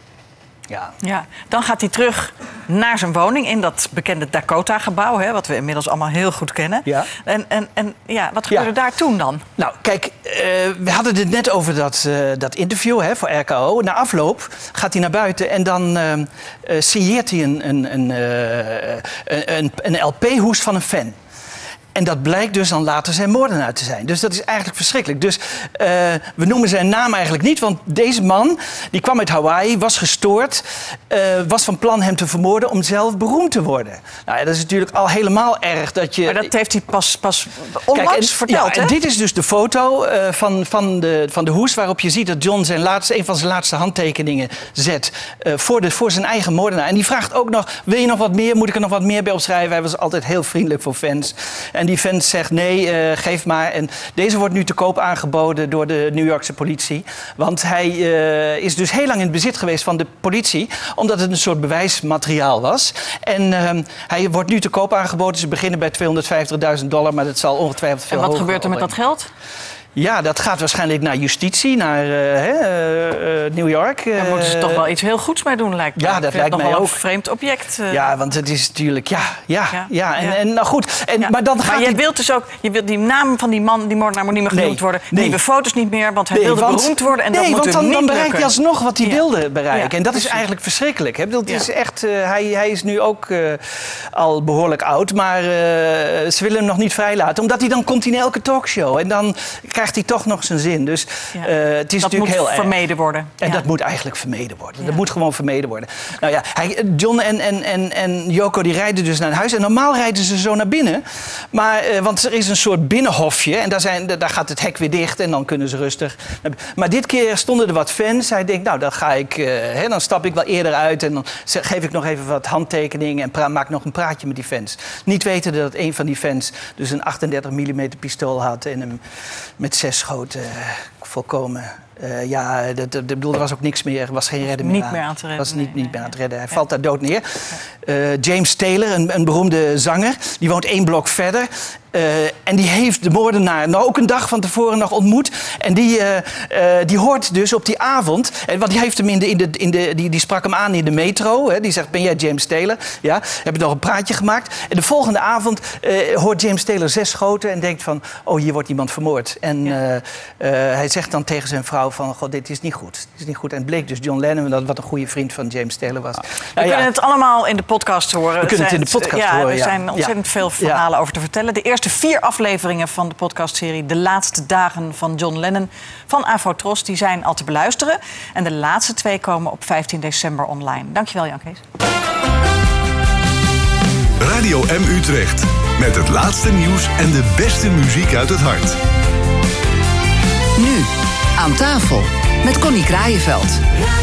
Ja, dan gaat hij terug naar zijn woning in dat bekende Dakota-gebouw, wat we inmiddels allemaal heel goed kennen. Ja. En wat gebeurde daar toen dan? Nou, kijk, we hadden het net over dat interview voor RKO. Na afloop gaat hij naar buiten en dan signeert hij een LP-hoes van een fan. En dat blijkt dus dan later zijn moordenaar te zijn. Dus dat is eigenlijk verschrikkelijk. Dus we noemen zijn naam eigenlijk niet. Want deze man, die kwam uit Hawaii, was gestoord. Was van plan hem te vermoorden om zelf beroemd te worden. Nou ja, dat is natuurlijk al helemaal erg dat je... Maar dat heeft hij pas onlangs verteld, hè? En dit is dus de foto van de hoes waarop je ziet dat John een van zijn laatste handtekeningen zet voor zijn eigen moordenaar. En die vraagt ook nog, wil je nog wat meer? Moet ik er nog wat meer bij opschrijven? Hij was altijd heel vriendelijk voor fans. En die fans zegt, nee, geef maar. En deze wordt nu te koop aangeboden door de New Yorkse politie. Want hij is dus heel lang in het bezit geweest van de politie, omdat het een soort bewijsmateriaal was. En hij wordt nu te koop aangeboden. Ze beginnen bij $250.000, maar dat zal ongetwijfeld veel hoger. En wat gebeurt er met dat geld? Ja, dat gaat waarschijnlijk naar justitie, naar New York. Daar moeten ze toch wel iets heel goeds mee doen, lijkt me. Ja, dat lijkt mij ook. Een vreemd object. Ja, want het is natuurlijk... Ja. En nou goed. Maar dan gaat jij wilt dus ook... Je wilt die naam van die man, die moordenaar, moet niet meer genoemd worden. Nieuwe foto's niet meer, want hij wilde beroemd worden. En dat moet hem niet dan bereikt lukken. hij alsnog wat hij wilde bereiken. Ja, en dat is eigenlijk verschrikkelijk. Hè? Dat is echt, hij is nu ook al behoorlijk oud. Maar ze willen hem nog niet vrijlaten. Omdat hij dan komt in elke talkshow. En dan krijgt hij toch nog zijn zin. Dus het is natuurlijk heel erg. Dat moet vermeden worden. En dat moet eigenlijk vermeden worden. Dat moet gewoon vermeden worden. Nou ja, John en Yoko die rijden dus naar huis. En normaal rijden ze zo naar binnen. Maar, want er is een soort binnenhofje. En daar gaat het hek weer dicht. En dan kunnen ze rustig. Maar dit keer stonden er wat fans. Hij denkt, nou dan ga ik... dan stap ik wel eerder uit. En dan geef ik nog even wat handtekeningen. En maak nog een praatje met die fans. Niet weten dat een van die fans dus een 38 mm pistool had. En hem met 6 schoten volkomen. Er was ook niks meer. Er was geen redden meer Niet meer aan te redden. Was niet meer aan te redden. Hij valt daar dood neer. James Taylor, een beroemde zanger, die woont 1 blok verder. En die heeft de moordenaar nou ook een dag van tevoren nog ontmoet. En die hoort dus op die avond... Want die heeft hem die sprak hem aan in de metro. Hè, die zegt, ben jij James Taylor? Ja, hebben nog een praatje gemaakt. En de volgende avond hoort James Taylor 6 schoten... en denkt van, oh, hier wordt iemand vermoord. En hij zegt dan tegen zijn vrouw van... God, dit is niet goed. Dit is niet goed. En het bleek dus John Lennon, wat een goede vriend van James Taylor was. We kunnen het allemaal in de podcast horen. We kunnen het in de podcast horen, Er zijn ontzettend veel verhalen over te vertellen. De eerste 4 afleveringen van de podcastserie De Laatste Dagen van John Lennon van Afro-Tros, die zijn al te beluisteren. En de laatste 2 komen op 15 december online. Dankjewel, Jan Kees. Radio M Utrecht. Met het laatste nieuws en de beste muziek uit het hart. Nu, aan tafel, met Connie Kraaienveld.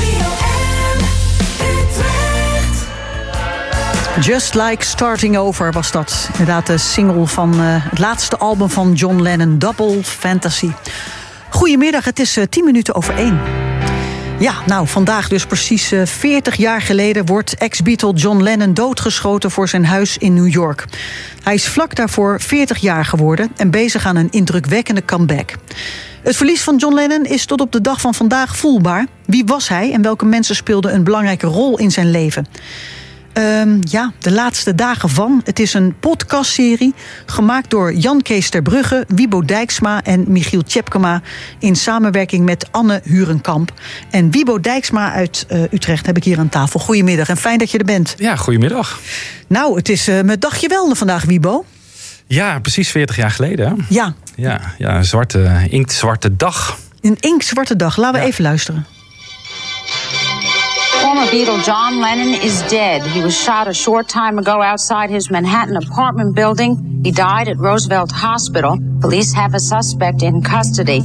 Just Like Starting Over was dat. Inderdaad de single van het laatste album van John Lennon, Double Fantasy. Goedemiddag, het is 10 minuten over 1. Ja, nou, vandaag dus precies 40 jaar geleden wordt ex-Beatle John Lennon doodgeschoten voor zijn huis in New York. Hij is vlak daarvoor 40 jaar geworden en bezig aan een indrukwekkende comeback. Het verlies van John Lennon is tot op de dag van vandaag voelbaar. Wie was hij en welke mensen speelden een belangrijke rol in zijn leven? De laatste dagen van. Het is een podcastserie gemaakt door Jan Kees ter Brugge, Wibo Dijksma en Michiel Tjepkema in samenwerking met Anne Hurenkamp. En Wibo Dijksma uit Utrecht heb ik hier aan tafel. Goedemiddag en fijn dat je er bent. Ja, goedemiddag. Nou, het is mijn dagje wel vandaag, Wibo. Ja, precies 40 jaar geleden. Hè? Ja. Ja, een inktzwarte dag. Een inktzwarte dag. Laten we even luisteren. Former Beatle John Lennon is dead. He was shot a short time ago outside his Manhattan apartment building. He died at Roosevelt Hospital. Police have a suspect in custody.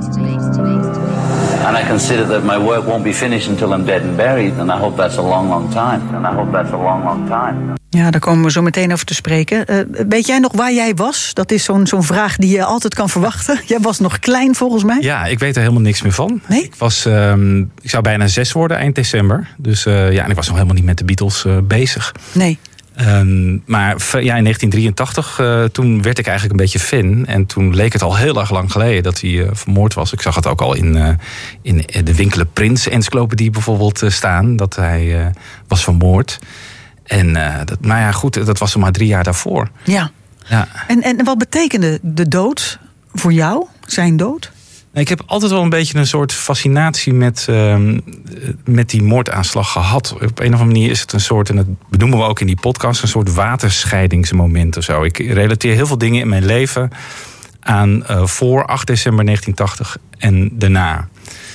And I consider that my work won't be finished until I'm dead and buried. And I hope that's a long, long time. Ja, daar komen we zo meteen over te spreken. Weet jij nog waar jij was? Dat is zo'n vraag die je altijd kan verwachten. Jij was nog klein volgens mij. Ja, ik weet er helemaal niks meer van. Nee? Ik zou bijna 6 worden eind december. Dus en ik was nog helemaal niet met de Beatles bezig. Nee. Maar in 1983, toen werd ik eigenlijk een beetje fan. En toen leek het al heel erg lang geleden dat hij vermoord was. Ik zag het ook al in de Winkele Prins encyclopedie bijvoorbeeld staan. Dat hij was vermoord. Maar ja, goed, dat was er maar 3 jaar daarvoor. Ja. En wat betekende de dood voor jou, zijn dood? Ik heb altijd wel een beetje een soort fascinatie met die moordaanslag gehad. Op een of andere manier is het een soort, en dat benoemen we ook in die podcast, een soort waterscheidingsmoment of zo. Ik relateer heel veel dingen in mijn leven aan voor 8 december 1980 en daarna.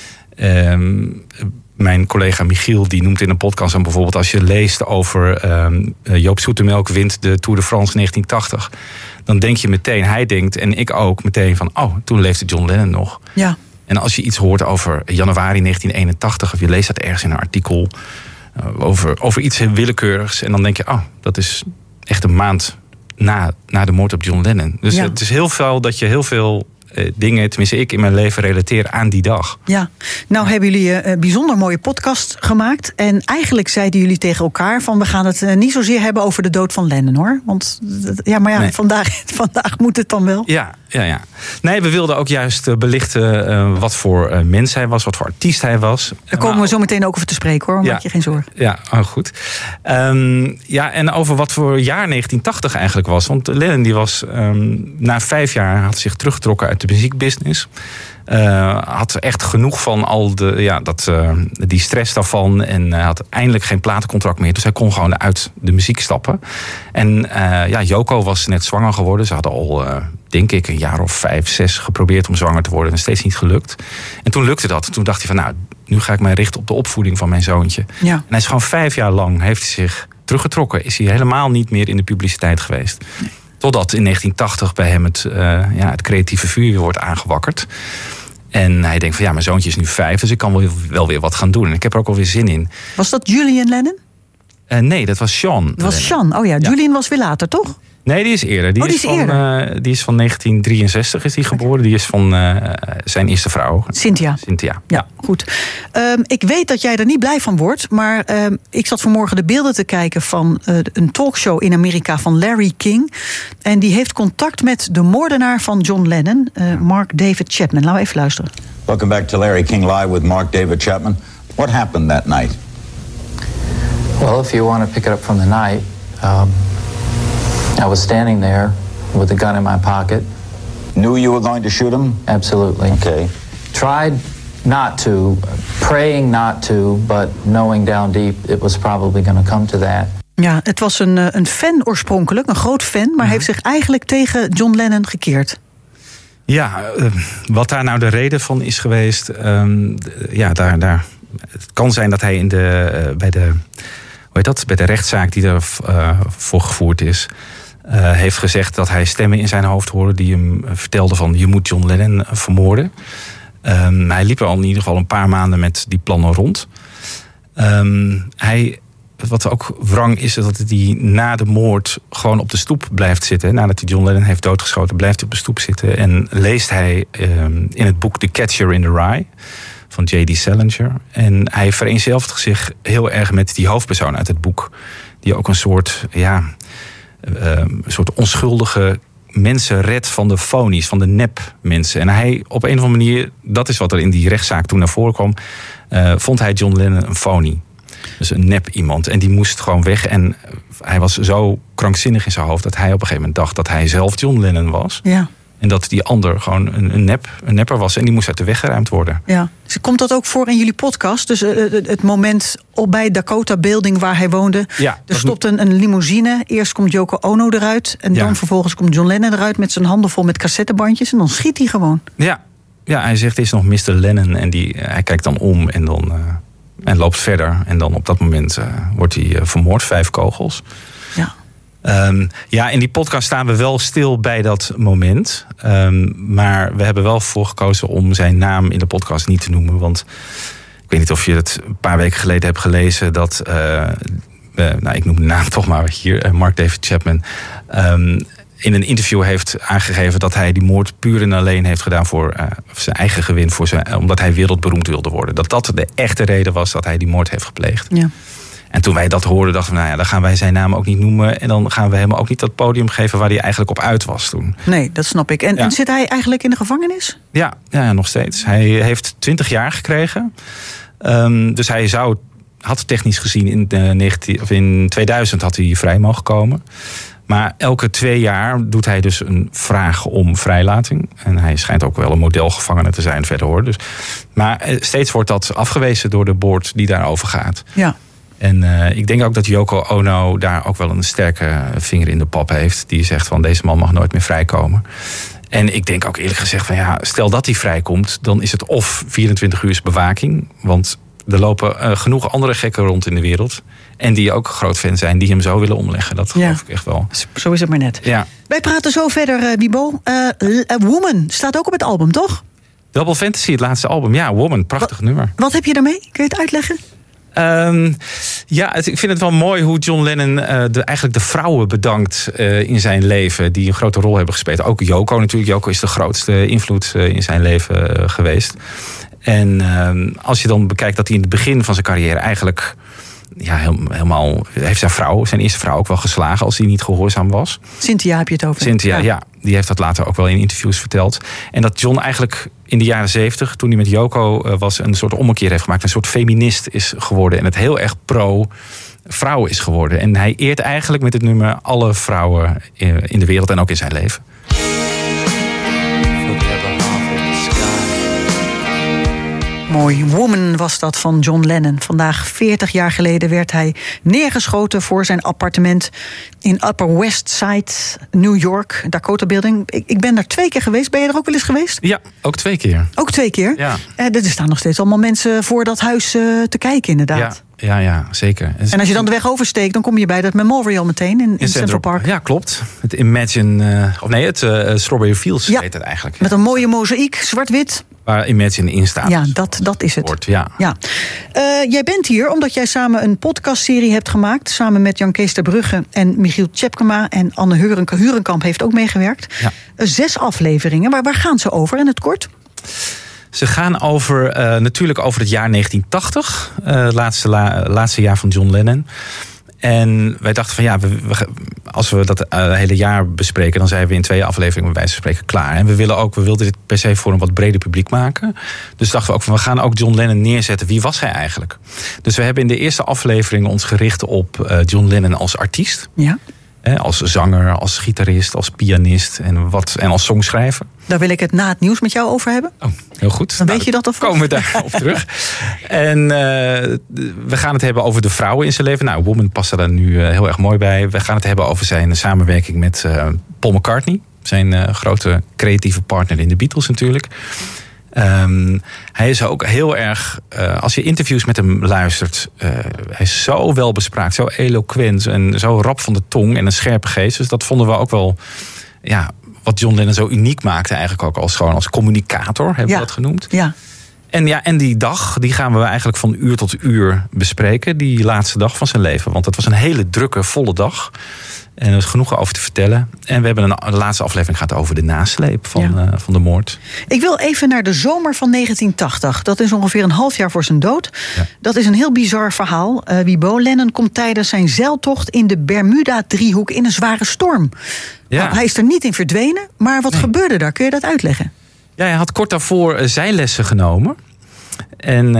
Mijn collega Michiel die noemt in een podcast dan bijvoorbeeld, als je leest over Joop Zoetemelk wint de Tour de France 1980, dan denk je meteen, hij denkt en ik ook meteen van, toen leefde John Lennon nog. Ja. En als je iets hoort over januari 1981, of je leest dat ergens in een artikel over iets willekeurigs, en dan denk je, dat is echt een maand na de moord op John Lennon. Dus het is heel veel dat je heel veel dingen, tenminste ik in mijn leven, relateer aan die dag. Ja, nou hebben jullie een bijzonder mooie podcast gemaakt. En eigenlijk zeiden jullie tegen elkaar van, we gaan het niet zozeer hebben over de dood van Lennon, hoor. Want nee. vandaag moet het dan wel. Ja. Nee, we wilden ook juist belichten wat voor mens hij was, wat voor artiest hij was. Daar komen we zo meteen ook over te spreken, hoor. Maak je geen zorgen. Ja, goed. En over wat voor jaar 1980 eigenlijk was. Want Lennon die was na 5 jaar had zich teruggetrokken uit de muziekbusiness. Had echt genoeg van al die stress daarvan. En had eindelijk geen platencontract meer. Dus hij kon gewoon uit de muziek stappen. En Yoko was net zwanger geworden. Ze hadden al, denk ik, een jaar of 5, 6 geprobeerd om zwanger te worden. En steeds niet gelukt. En toen lukte dat. Toen dacht hij van, nu ga ik mij richten op de opvoeding van mijn zoontje. Ja. En hij is gewoon 5 jaar lang, heeft hij zich teruggetrokken. Is hij helemaal niet meer in de publiciteit geweest. Nee. Totdat in 1980 bij hem het creatieve vuur wordt aangewakkerd. En hij denkt van, mijn zoontje is nu 5, dus ik kan wel weer wat gaan doen. En ik heb er ook alweer zin in. Was dat Julian Lennon? Nee, dat was Sean. Dat was Sean, Julian was weer later, toch? Nee, die is eerder. Die is van 1963 is die geboren. Die is van zijn eerste vrouw. Cynthia. Ja, goed. Ik weet dat jij er niet blij van wordt. Maar ik zat vanmorgen de beelden te kijken van een talkshow in Amerika van Larry King. En die heeft contact met de moordenaar van John Lennon, Mark David Chapman. Laten we even luisteren. Welcome back to Larry King Live with Mark David Chapman. What happened that night? Well, if you want to pick it up from the night... I was standing there with a gun in my pocket. Knew you were going to shoot him? Absolutely. Okay. Tried not to, praying not to, but knowing down deep it was probably going to come to that. Ja, het was een fan oorspronkelijk, een groot fan, maar heeft zich eigenlijk tegen John Lennon gekeerd. Ja, wat daar nou de reden van is geweest, daar. Het kan zijn dat hij bij de rechtszaak die er voor gevoerd is, heeft gezegd dat hij stemmen in zijn hoofd hoorde die hem vertelden van, je moet John Lennon vermoorden. Hij liep er al in ieder geval een paar maanden met die plannen rond. Wat ook wrang is, dat hij na de moord gewoon op de stoep blijft zitten. Nadat hij John Lennon heeft doodgeschoten, blijft hij op de stoep zitten. En leest hij in het boek The Catcher in the Rye van J.D. Salinger. En hij vereenzelvigt zich heel erg met die hoofdpersoon uit het boek. Die ook een soort onschuldige mensen redt van de phonies, van de nepmensen. En hij op een of andere manier, dat is wat er in die rechtszaak toen naar voren kwam, vond hij John Lennon een phony. Dus een nep iemand. En die moest gewoon weg. En hij was zo krankzinnig in zijn hoofd dat hij op een gegeven moment dacht dat hij zelf John Lennon was. Ja. En dat die ander gewoon een nepper was. En die moest uit de weg geruimd worden. Ja. Dus komt dat ook voor in jullie podcast? Dus het moment bij Dakota Building waar hij woonde. Ja, er stopt een limousine. Eerst komt Yoko Ono eruit. En dan vervolgens komt John Lennon eruit met zijn handen vol met cassettebandjes. En dan schiet hij gewoon. Ja, hij zegt, het is nog Mr. Lennon. En hij kijkt dan om en dan... En loopt verder. En dan op dat moment wordt hij vermoord. 5 kogels. Ja. In die podcast staan we wel stil bij dat moment. Maar we hebben wel voor gekozen om zijn naam in de podcast niet te noemen. Want ik weet niet of je het een paar weken geleden hebt gelezen. Dat, ik noem de naam toch maar hier. Mark David Chapman. In een interview heeft aangegeven dat hij die moord puur en alleen heeft gedaan voor zijn eigen gewin. Omdat hij wereldberoemd wilde worden. Dat de echte reden was dat hij die moord heeft gepleegd. Ja. En toen wij dat hoorden, dachten we, dan gaan wij zijn naam ook niet noemen. En dan gaan we hem ook niet dat podium geven waar hij eigenlijk op uit was toen. Nee, dat snap ik. En zit hij eigenlijk in de gevangenis? Ja, nog steeds. Hij heeft 20 jaar gekregen. Dus hij had technisch gezien in 2000 had hij vrij mogen komen. Maar elke 2 jaar doet hij dus een vraag om vrijlating. En hij schijnt ook wel een modelgevangene te zijn verder hoor. Dus, maar steeds wordt dat afgewezen door de board die daarover gaat. Ja. En ik denk ook dat Yoko Ono daar ook wel een sterke vinger in de pap heeft. Die zegt van deze man mag nooit meer vrijkomen. En ik denk ook eerlijk gezegd van ja, stel dat hij vrijkomt, dan is het of 24 uur bewaking. Want er lopen genoeg andere gekken rond in de wereld. En die ook groot fan zijn, die hem zo willen omleggen. Dat geloof ik echt wel. Zo is het maar net. Ja. Wij praten zo verder, Wibo. Woman staat ook op het album, toch? Double Fantasy, het laatste album. Ja, Woman, prachtig nummer. Wat heb je daarmee? Kun je het uitleggen? Ik vind het wel mooi hoe John Lennon eigenlijk de vrouwen bedankt in zijn leven. Die een grote rol hebben gespeeld. Ook Yoko natuurlijk. Yoko is de grootste invloed in zijn leven geweest. En als je dan bekijkt dat hij in het begin van zijn carrière eigenlijk helemaal heeft zijn eerste vrouw ook wel geslagen als hij niet gehoorzaam was. Cynthia heb je het over. Cynthia, ja. Die heeft dat later ook wel in interviews verteld. En dat John eigenlijk in de jaren 70, toen hij met Yoko was, een soort ommekeer heeft gemaakt. Een soort feminist is geworden. En het heel erg pro-vrouw is geworden. En hij eert eigenlijk met dit nummer alle vrouwen in de wereld en ook in zijn leven. Mooi. Woman was dat van John Lennon. Vandaag 40 jaar geleden werd hij neergeschoten voor zijn appartement in Upper West Side, New York, Dakota Building. Ik ben daar 2 keer geweest. Ben je er ook wel eens geweest? Ja, ook 2 keer. Ook 2 keer? Ja. Er staan nog steeds allemaal mensen voor dat huis te kijken, inderdaad. Ja, zeker. En als je dan de weg oversteekt, dan kom je bij dat Memorial meteen in Central Park. Ja, klopt. Het Imagine, Strawberry Fields heet het eigenlijk. Met een mooie mozaïek, zwart-wit. Waar Imagine in staat. Ja, dat is het. Ja. Jij bent hier omdat jij samen een podcastserie hebt gemaakt. Samen met Jan Kees ter Brugge en Michiel Tjepkema. En Anne Hurenkamp heeft ook meegewerkt. Ja. 6 afleveringen. Waar gaan ze over in het kort? Ze gaan natuurlijk over het jaar 1980. Laatste jaar van John Lennon. En wij dachten van als we dat hele jaar bespreken, dan zijn we in 2 afleveringen bij wijze van spreken klaar. En we wilden dit per se voor een wat breder publiek maken. Dus dachten we ook van, we gaan ook John Lennon neerzetten. Wie was hij eigenlijk? Dus we hebben in de eerste aflevering ons gericht op John Lennon als artiest. Ja. Als zanger, als gitarist, als pianist en als songschrijver. Daar wil ik het na het nieuws met jou over hebben. Oh, heel goed. Dan weet je dat alvast. Komen we daarop terug. En we gaan het hebben over de vrouwen in zijn leven. Nou, Woman past er nu heel erg mooi bij. We gaan het hebben over zijn samenwerking met Paul McCartney. Zijn grote creatieve partner in de Beatles natuurlijk. Hij is ook heel erg, als je interviews met hem luistert, hij is zo welbespraakt, zo eloquent en zo rap van de tong en een scherpe geest. Dus dat vonden we ook wel, wat John Lennon zo uniek maakte eigenlijk ook als communicator, hebben we dat genoemd. Ja. En die dag, die gaan we eigenlijk van uur tot uur bespreken. Die laatste dag van zijn leven. Want het was een hele drukke, volle dag. En er is genoeg over te vertellen. En we hebben de laatste aflevering gaat over de nasleep van de moord. Ik wil even naar de zomer van 1980. Dat is ongeveer een half jaar voor zijn dood. Ja. Dat is een heel bizar verhaal. Wibo Lennon komt tijdens zijn zeiltocht in de Bermuda-driehoek in een zware storm. Ja. Nou, hij is er niet in verdwenen, maar wat gebeurde daar? Kun je dat uitleggen? Ja, hij had kort daarvoor zijlessen genomen. En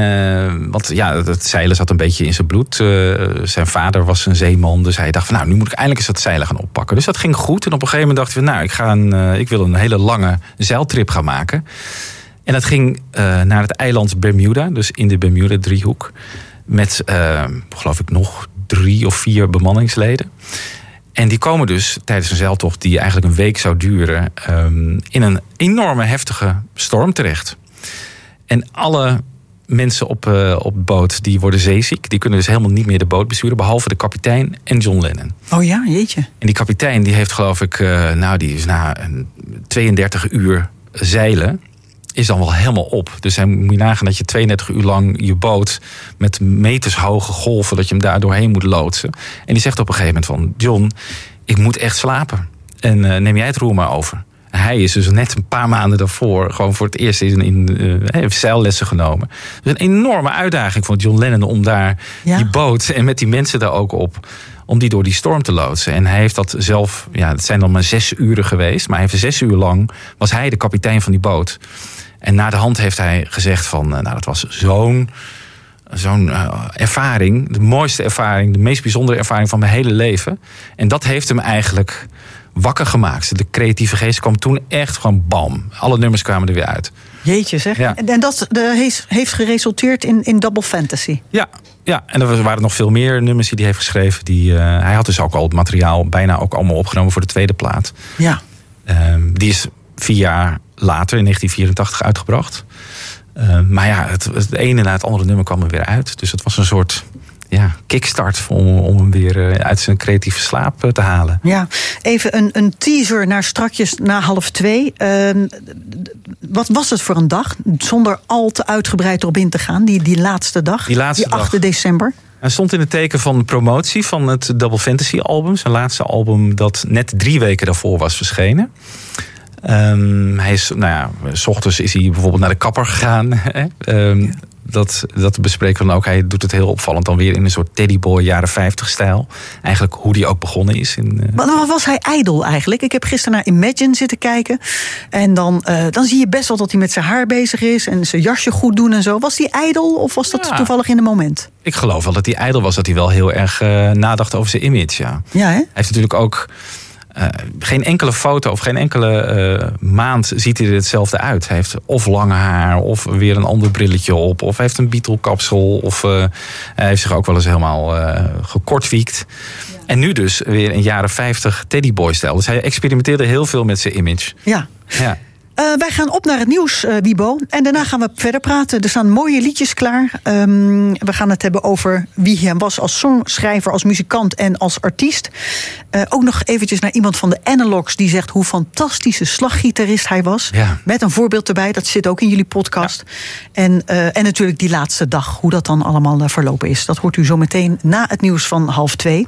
het zeilen zat een beetje in zijn bloed. Zijn vader was een zeeman, dus hij dacht van nu moet ik eindelijk eens dat zeilen gaan oppakken. Dus dat ging goed. En op een gegeven moment dacht hij ik wil een hele lange zeiltrip gaan maken. En dat ging naar het eiland Bermuda, dus in de Bermuda-driehoek. Met, geloof ik, nog 3 of 4 bemanningsleden. En die komen dus tijdens een zeiltocht die eigenlijk een week zou duren, in een enorme heftige storm terecht. En alle mensen op de boot die worden zeeziek. Die kunnen dus helemaal niet meer de boot besturen, behalve de kapitein en John Lennon. Oh ja, jeetje. En die kapitein die heeft geloof ik, die is na 32 uur zeilen, is dan wel helemaal op. Dus hij moet je nagaan dat je 32 uur lang je boot met metershoge golven, dat je hem daar doorheen moet loodsen. En die zegt op een gegeven moment van, John, ik moet echt slapen. En neem jij het roer maar over. Hij is dus net een paar maanden daarvoor gewoon voor het eerst in zeillessen genomen. Dus een enorme uitdaging voor John Lennon om daar die boot en met die mensen daar ook op, om die door die storm te loodsen. En hij heeft dat zelf, het zijn dan maar 6 uren geweest, maar hij heeft 6 uur lang was hij de kapitein van die boot. En na de hand heeft hij gezegd van, dat was zo'n ervaring, de mooiste ervaring, de meest bijzondere ervaring van mijn hele leven. En dat heeft hem eigenlijk wakker gemaakt. De creatieve geest kwam toen echt gewoon bam. Alle nummers kwamen er weer uit. Jeetje zeg. Ja. En dat heeft geresulteerd in Double Fantasy. Ja, en er waren nog veel meer nummers die hij heeft geschreven. Hij had dus ook al het materiaal bijna ook allemaal opgenomen voor de tweede plaat. Ja. Die is 4 jaar later, in 1984, uitgebracht. Maar ja, het ene na het andere nummer kwam er weer uit. Dus het was een soort kickstart om hem weer uit zijn creatieve slaap te halen. Ja, even een teaser naar strakjes na 1:30. Wat was het voor een dag? Zonder al te uitgebreid erop in te gaan, die laatste dag. Die 8 december. Hij stond in het teken van promotie van het Double Fantasy album. Zijn laatste album dat net 3 weken daarvoor was verschenen. Hij is, 's ochtends is hij bijvoorbeeld naar de kapper gegaan. Dat bespreken we dan ook. Hij doet het heel opvallend dan weer in een soort teddyboy jaren 50 stijl. Eigenlijk hoe die ook begonnen is. Wat was hij ijdel eigenlijk? Ik heb gisteren naar Imagine zitten kijken. En dan zie je best wel dat hij met zijn haar bezig is. En zijn jasje goed doen en zo. Was hij ijdel of was dat toevallig in een moment? Ik geloof wel dat hij ijdel was. Dat hij wel heel erg nadacht over zijn image. Ja, hè? Hij heeft natuurlijk ook... geen enkele foto of geen enkele maand ziet hij er hetzelfde uit. Hij heeft of lang haar, of weer een ander brilletje op, of hij heeft een Beatle-kapsel, of hij heeft zich ook wel eens helemaal gekortwiekt. Ja. En nu dus weer in jaren 50 teddyboy-stijl. Dus hij experimenteerde heel veel met zijn image. Ja. Wij gaan op naar het nieuws, Wibo. En daarna gaan we verder praten. Er staan mooie liedjes klaar. We gaan het hebben over wie hij was als songschrijver, als muzikant en als artiest. Ook nog eventjes naar iemand van de Analogs die zegt hoe fantastische slaggitarist hij was. Ja. Met een voorbeeld erbij, dat zit ook in jullie podcast. Ja. En natuurlijk die laatste dag, hoe dat dan allemaal verlopen is. Dat hoort u zo meteen na het nieuws van 1:30.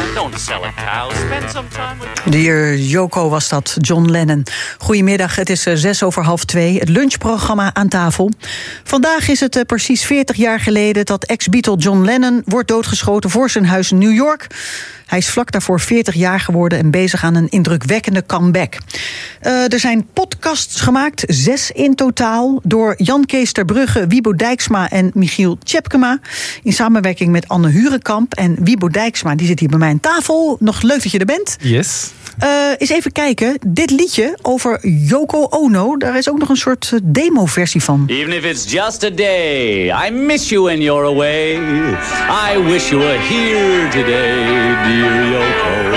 De heer Yoko was dat, John Lennon. Goedemiddag, het is 1:06. Het lunchprogramma aan tafel. Vandaag is het precies 40 jaar geleden dat ex-Beatle John Lennon wordt doodgeschoten voor zijn huis in New York. Hij is vlak daarvoor 40 jaar geworden en bezig aan een indrukwekkende comeback. Er zijn podcasts gemaakt, 6 in totaal, door Jan Kees ter Brugge, Wibo Dijksma en Michiel Tjepkema. In samenwerking met Anne Hurenkamp. En Wibo Dijksma, die zit hier bij mij aan tafel. Nog leuk dat je er bent. Yes. Eens even kijken, dit liedje over Yoko Ono, daar is ook nog een soort demo-versie van. Even if it's just a day, I miss you when you're away. I wish you were here today, dear Yoko.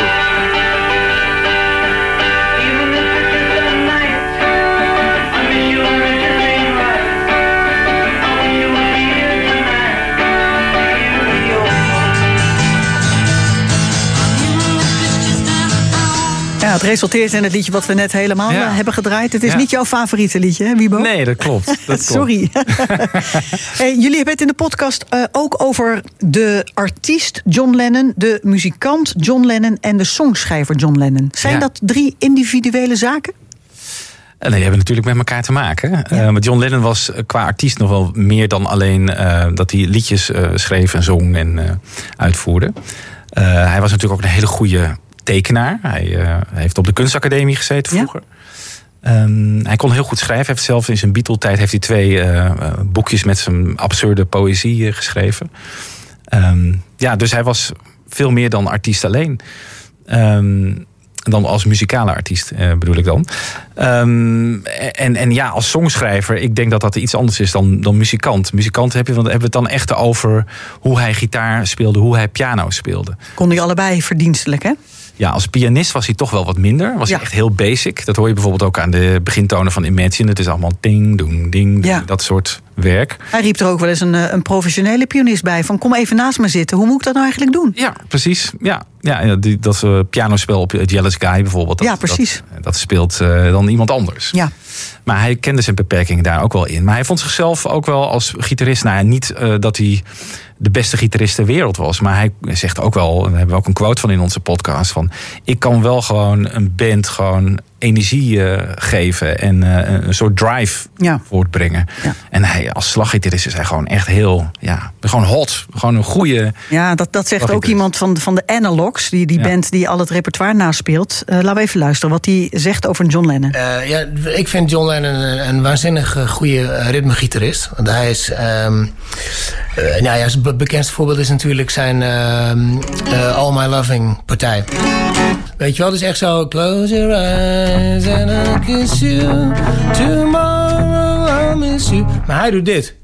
Ja, het resulteert in het liedje wat we net helemaal hebben gedraaid. Het is niet jouw favoriete liedje, hè, Wibo? Nee, dat klopt. Sorry. Hey, jullie hebben het in de podcast ook over de artiest John Lennon, de muzikant John Lennon en de songschrijver John Lennon. Zijn dat 3 individuele zaken? Nee, die hebben natuurlijk met elkaar te maken. Ja. Maar John Lennon was qua artiest nog wel meer dan alleen dat hij liedjes schreef en zong en uitvoerde. Hij was natuurlijk ook een hele goede tekenaar. Hij heeft op de kunstacademie gezeten vroeger. Ja. Hij kon heel goed schrijven. Hij heeft zelf in zijn Beatle-tijd heeft hij 2 boekjes met zijn absurde poëzie geschreven. Dus hij was veel meer dan artiest alleen. Dan als muzikale artiest, bedoel ik dan. En als songschrijver, ik denk dat dat iets anders is dan muzikant. Muzikant hebben we het dan echt over hoe hij gitaar speelde, hoe hij piano speelde. Konden die allebei verdienstelijk, hè? Ja, als pianist was hij toch wel wat minder. Was hij echt heel basic. Dat hoor je bijvoorbeeld ook aan de begintonen van Imagine. Het is allemaal ding, ding, ding, dat soort werk. Hij riep er ook wel eens een professionele pianist bij. Van kom even naast me zitten. Hoe moet ik dat nou eigenlijk doen? Ja, precies. Dat pianospel op Jealous Guy bijvoorbeeld. Precies. Dat speelt dan iemand anders. Ja. Maar hij kende zijn beperkingen daar ook wel in. Maar hij vond zichzelf ook wel als gitarist. Niet dat hij de beste gitarist ter wereld was. Maar hij zegt ook wel, daar hebben we ook een quote van in onze podcast, van ik kan wel gewoon een band gewoon energie geven en een soort drive voortbrengen. Ja. En hij als slaggitarist is hij gewoon echt heel, gewoon hot. Gewoon een goede... Ja, dat zegt ook iemand van de Analogs, die band die al het repertoire naspeelt. Laten we even luisteren wat hij zegt over John Lennon. Ik vind John Lennon een waanzinnig goede ritmegitarist. Want hij is... Het bekendste voorbeeld is natuurlijk zijn All My Loving partij. Weet je wel, dus echt zo... Close your eyes and I'll kiss you. Tomorrow I'll miss you. Maar hij doet dit.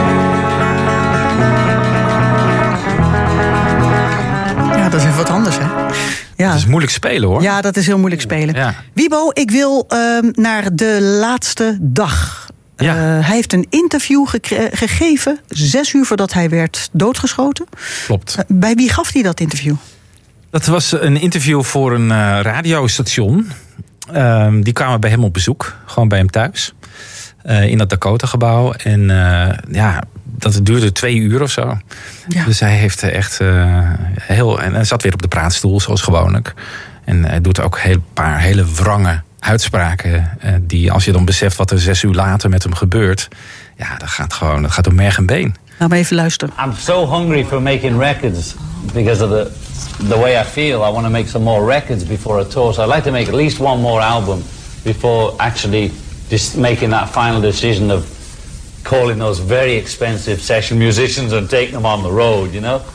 Ja, dat is even wat anders, hè? Ja. Dat is moeilijk spelen, hoor. Ja, dat is heel moeilijk spelen. Ja. Wiebo, ik wil naar de laatste dag. Ja. Hij heeft een interview gegeven 6 uur voordat hij werd doodgeschoten. Klopt. Bij wie gaf hij dat interview? Dat was een interview voor een radiostation. Die kwamen bij hem op bezoek. Gewoon bij hem thuis. In dat Dakota-gebouw. En dat duurde 2 uur of zo. Ja. Dus hij heeft echt en hij zat weer op de praatstoel, zoals gewoonlijk. En hij doet ook een paar hele wrange uitspraken. Die, als je dan beseft wat er 6 uur later met hem gebeurt. Ja, dat gaat door merg en been. Laten we even luisteren. I'm so hungry for making records because of the way I feel. I want to make some more records before a tour. So I'd like to make at least one more album before actually just making that final decision of calling those very expensive session musicians and taking them on the road, you know?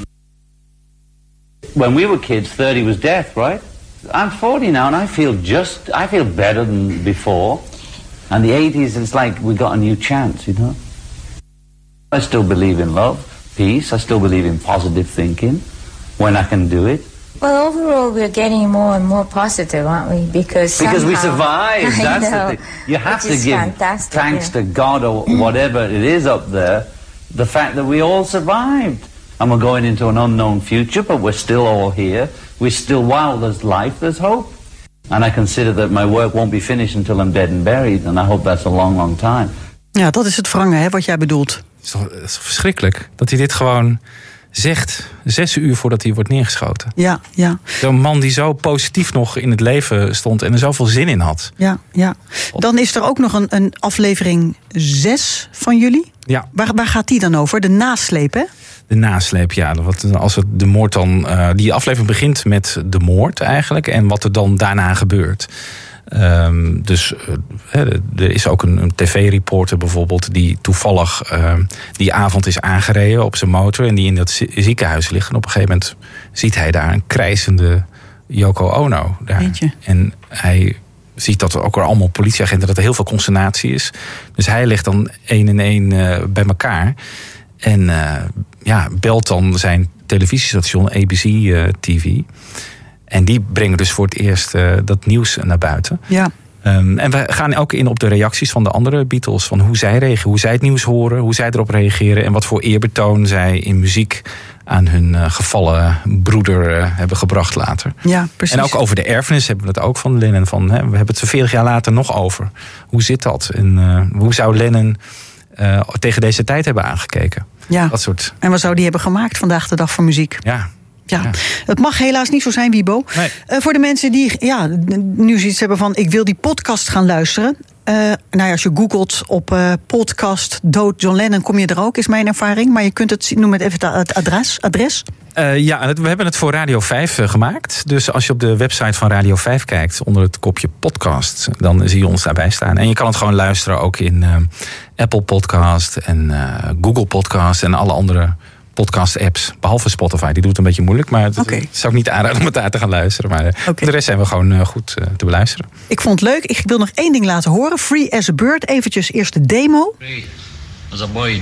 When we were kids, 30 was death, right? I'm 40 now and I feel better than before. And the 80s, it's like we got a new chance, you know? I still believe in love, peace. I still believe in positive thinking when I can do it. Well, overall, we're getting more and more positive, aren't we? Because we survived. That's the thing. You have to give thanks to God or whatever it is up there, the fact that we all survived. And we're going into an unknown future, but we're still all here. We're still, while there's life, there's hope. And I consider that my work won't be finished until I'm dead and buried. And I hope that's a long, long time. Ja, dat is het wrange, hè, wat jij bedoelt. Het is verschrikkelijk dat hij dit gewoon zegt 6 uur voordat hij wordt neergeschoten. Ja. Zo'n man die zo positief nog in het leven stond en er zoveel zin in had. Ja. Dan is er ook nog een aflevering 6 van jullie. Ja. Waar gaat die dan over? De nasleep, hè? De nasleep, ja. Als het de moord dan... die aflevering begint met de moord eigenlijk en wat er dan daarna gebeurt. Er is ook een tv-reporter bijvoorbeeld die toevallig die avond is aangereden op zijn motor en die in dat ziekenhuis ligt. En op een gegeven moment ziet hij daar een krijzende Yoko Ono. En hij ziet dat er ook allemaal politieagenten, dat er heel veel consternatie is. Dus hij legt dan 1 en 1 bij elkaar. En belt dan zijn televisiestation ABC TV. En die brengen dus voor het eerst dat nieuws naar buiten. Ja. En we gaan ook in op de reacties van de andere Beatles. Van hoe zij reageren, hoe zij het nieuws horen, hoe zij erop reageren. En wat voor eerbetoon zij in muziek aan hun gevallen broeder hebben gebracht later. Ja, precies. En ook over de erfenis hebben we het ook van Lennon. We hebben het er 40 jaar later nog over. Hoe zit dat? En hoe zou Lennon tegen deze tijd hebben aangekeken? Ja. Dat soort. En wat zou die hebben gemaakt vandaag de dag voor muziek? Ja, het mag helaas niet zo zijn, Wiebo. Nee. Voor de mensen die nu zoiets hebben van, ik wil die podcast gaan luisteren. Als je googelt op podcast dood John Lennon, kom je er ook, is mijn ervaring. Maar je kunt het, noem het even het adres. We hebben het voor Radio 5 gemaakt. Dus als je op de website van Radio 5 kijkt, onder het kopje podcast, dan zie je ons daarbij staan. En je kan het gewoon luisteren ook in Apple Podcast en Google Podcast en alle andere podcast-apps, behalve Spotify. Die doet het een beetje moeilijk, maar het zou ik niet aanraden om het daar te gaan luisteren. Maar voor de rest zijn we gewoon goed te beluisteren. Ik vond het leuk. Ik wil nog 1 ding laten horen. Free as a Bird. Eventjes eerst de demo. Free as a bird.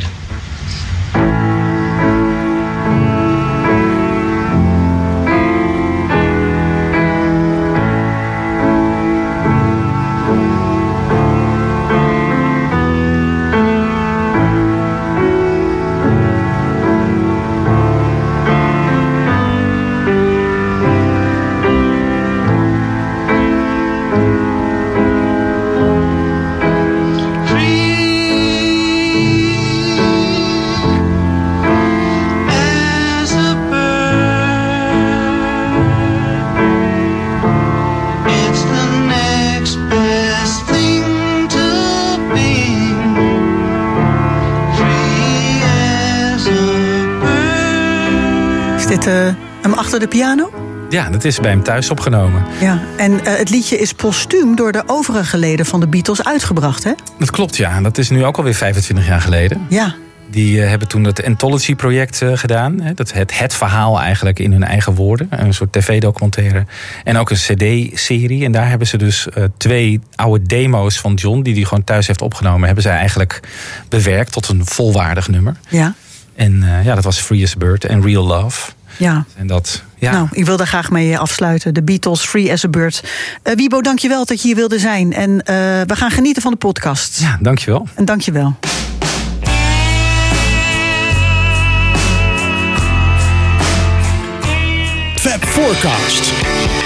Hem achter de piano? Ja, dat is bij hem thuis opgenomen. Ja, en het liedje is postuum door de overige leden van de Beatles uitgebracht, hè? Dat klopt, ja. Dat is nu ook alweer 25 jaar geleden. Ja. Die hebben toen het Anthology-project gedaan. Het verhaal eigenlijk in hun eigen woorden. Een soort tv-documentaire. En ook een cd-serie. En daar hebben ze dus 2 oude demo's van John... die hij gewoon thuis heeft opgenomen... hebben zij eigenlijk bewerkt tot een volwaardig nummer. Ja. En dat was Free as a Bird en Real Love. Ja. En dat, ja. Nou, ik wil daar graag mee afsluiten. De Beatles, Free as a Bird. Wiebo, dank je wel dat je hier wilde zijn. En we gaan genieten van de podcast. Ja, dank je wel. En dank je wel. Fab Forecast.